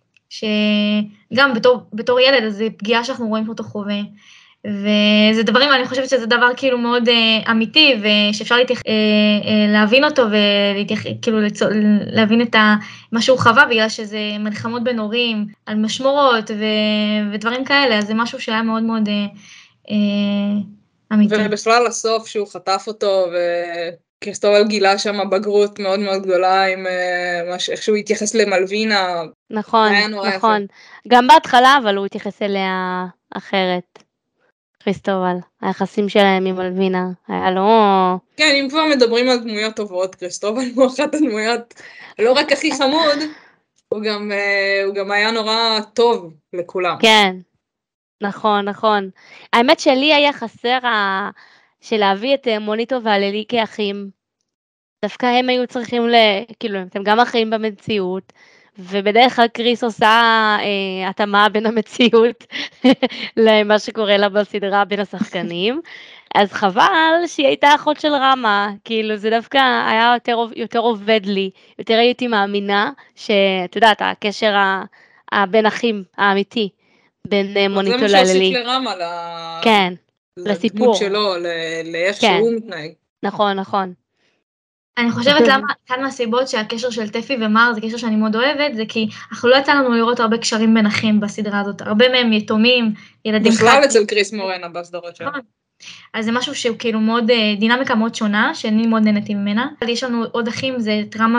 שגם בתור, בתור ילד, אז זה פגיעה שאנחנו רואים אותו חווה. וזה דברים, אני חושבת שזה דבר כאילו מאוד אה, אמיתי, ושאפשר להתייח, אה, אה, להבין אותו, וכאילו להבין את ה, מה שהוא חווה, בגלל שזה מלחמות בין הורים, על משמורות ו, ודברים כאלה, אז זה משהו שהיה מאוד מאוד אה, אה, אמיתי. ובכלל הסוף שהוא חטף אותו, וקריסטובל גילה שם בגרות מאוד מאוד גדולה, עם uh, איך שהוא התייחס למלבינה. נכון, נכון. יפה. גם בהתחלה, אבל הוא התייחס אליה אחרת. קריסטובל, היחסים שלהם עם מלבינה, היה לו... כן, אם כבר מדברים על דמויות טובות, קריסטובל הוא אחת הדמויות, לא רק הכי חמוד, הוא גם, הוא גם היה נורא טוב לכולם. כן, נכון, נכון. האמת שלי היה חסר ה... של להביא את מוניטו והללי כאחים. דווקא הם היו צריכים ל... כאילו, אתם גם אחים במציאות, ובדרך כלל קריס עושה אה, התאמה בין המציאות למה שקורה לה בסדרה בין השחקנים. אז חבל שהיא הייתה אחות של רמה, כאילו זה דווקא היה יותר, יותר עובד לי, יותר הייתי מאמינה שאת יודעת, הקשר בין אחים האמיתי, בין מוניטו ללילי. זה מה שהוסיף לרמה, ל... כן, לדמות שלו, ל... לאיך כן. שהוא מתנהג. נכון, נכון. אני חושבת למה, כאן מהסיבות שהקשר של טפי ומר זה קשר שאני מאוד אוהבת, זה כי אנחנו לא יצא לנו לראות הרבה קשרים בין אחים בסדרה הזאת, הרבה מהם יתומים, ילדים חיים. בכלל אצל קריס מורנה בסדרות שלנו. אז זה משהו שהוא כאילו מאוד, דינמיקה מאוד שונה, שאני מאוד נהנתי ממנה. יש לנו עוד אחים, זה טראמה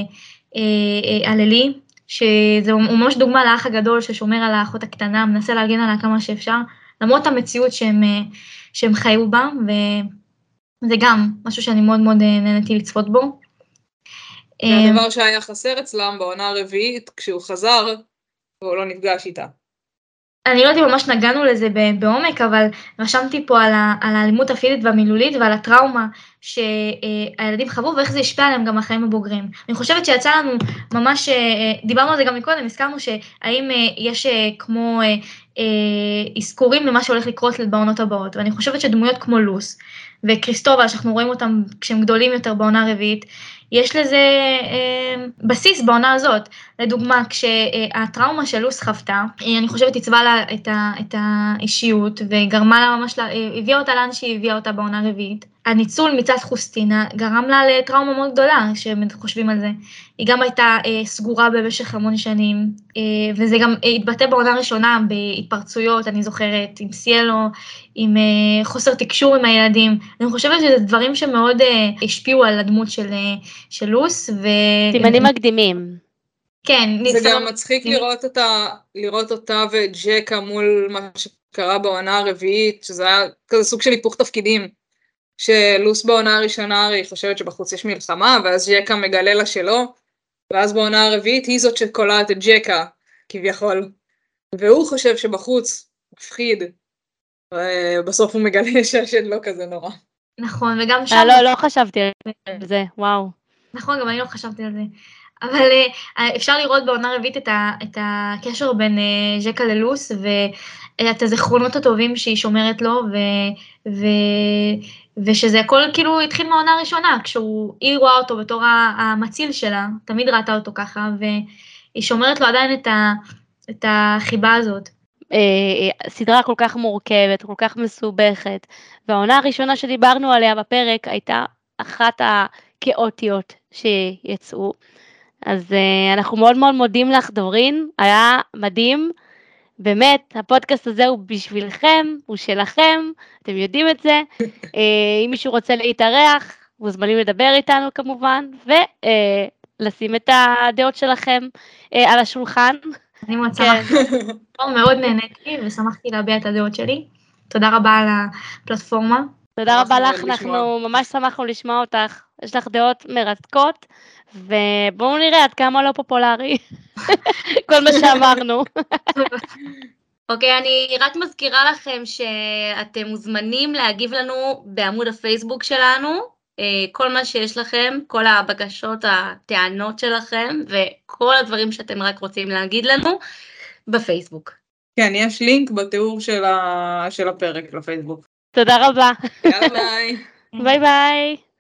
והללי, שזה ממש דוגמה לאח הגדול ששומר על האחות הקטנה, מנסה להגן עליה כמה שאפשר, למרות המציאות שהם, שהם חיו בה, וזה גם משהו שאני מאוד מאוד נהניתי לצפות בו. והדבר שהיה חסר אצלם בעונה הרביעית, כשהוא חזר, והוא לא נפגש איתה. אני לא יודעת אם ממש נגענו לזה בעומק, אבל רשמתי פה על, ה, על האלימות הפיזית והמילולית ועל הטראומה שהילדים חוו, ואיך זה השפיע עליהם גם החיים הבוגרים. אני חושבת שיצא לנו ממש, דיברנו על זה גם מקודם, הזכרנו שהאם יש כמו אזכורים למה שהולך לקרות בעונות הבאות, ואני חושבת שדמויות כמו לוס וקריסטובל, שאנחנו רואים אותם כשהם גדולים יותר בעונה הרביעית, יש לזה אה, בסיס בעונה הזאת. לדוגמה, כשהטראומה של לוס חוותה, אני חושבת הצבעה לה את, ה, את האישיות, וגרמה לה ממש, לה, הביאה אותה לאן שהיא הביאה אותה בעונה רביעית. הניצול מצד חוסטינה גרם לה לטראומה מאוד גדולה, כשחושבים על זה. היא גם הייתה אה, סגורה במשך המון שנים, אה, וזה גם התבטא בעונה ראשונה בהתפרצויות, אני זוכרת, עם סיאלו, עם אה, חוסר תקשור עם הילדים. אני חושבת שזה דברים שמאוד אה, השפיעו על הדמות של, אה, של לוס. ו... סימנים מקדימים. כן. זה גם מצחיק לראות אותה, לראות אותה וג'קה מול מה שקרה בעונה הרביעית, שזה היה כזה סוג של היפוך תפקידים. שלוס בעונה הראשונה הרי חושבת שבחוץ יש מלחמה, ואז ג'קה מגלה לה שלא, ואז בעונה הרביעית היא זאת שקולעת את ג'קה, כביכול. והוא חושב שבחוץ מפחיד, ובסוף הוא מגלה שהשד לא כזה נורא. נכון, וגם שם... לא, לא חשבתי על זה, וואו. נכון, גם אני לא חשבתי על זה. אבל אפשר לראות בעונה רביעית את, ה, את הקשר בין ג'קה ללוס, ואת הזיכרונות הטובים שהיא שומרת לו, ו, ו, ושזה הכל כאילו התחיל מהעונה הראשונה, כשהיא רואה אותו בתור המציל שלה, תמיד ראתה אותו ככה, והיא שומרת לו עדיין את, ה, את החיבה הזאת. סדרה כל כך מורכבת, כל כך מסובכת, והעונה הראשונה שדיברנו עליה בפרק הייתה אחת הכאוטיות שיצאו. אז uh, אנחנו מאוד מאוד מודים לך, דורין, היה מדהים, באמת, הפודקאסט הזה הוא בשבילכם, הוא שלכם, אתם יודעים את זה, uh, אם מישהו רוצה להתארח, מוזמנים לדבר איתנו כמובן, ולשים uh, את הדעות שלכם uh, על השולחן. אני מאוד שמחתי, מאוד נהניתי ושמחתי להביע את הדעות שלי, תודה רבה על הפלטפורמה. תודה רבה לך, אנחנו ממש שמחנו לשמוע אותך, יש לך דעות מרתקות, ובואו נראה עד כמה לא פופולרי, כל מה שאמרנו. אוקיי, אני רק מזכירה לכם שאתם מוזמנים להגיב לנו בעמוד הפייסבוק שלנו, כל מה שיש לכם, כל הבקשות, הטענות שלכם, וכל הדברים שאתם רק רוצים להגיד לנו בפייסבוק. כן, יש לינק בתיאור של, ה... של הפרק לפייסבוק. תודה רבה. יאללה ביי. ביי ביי.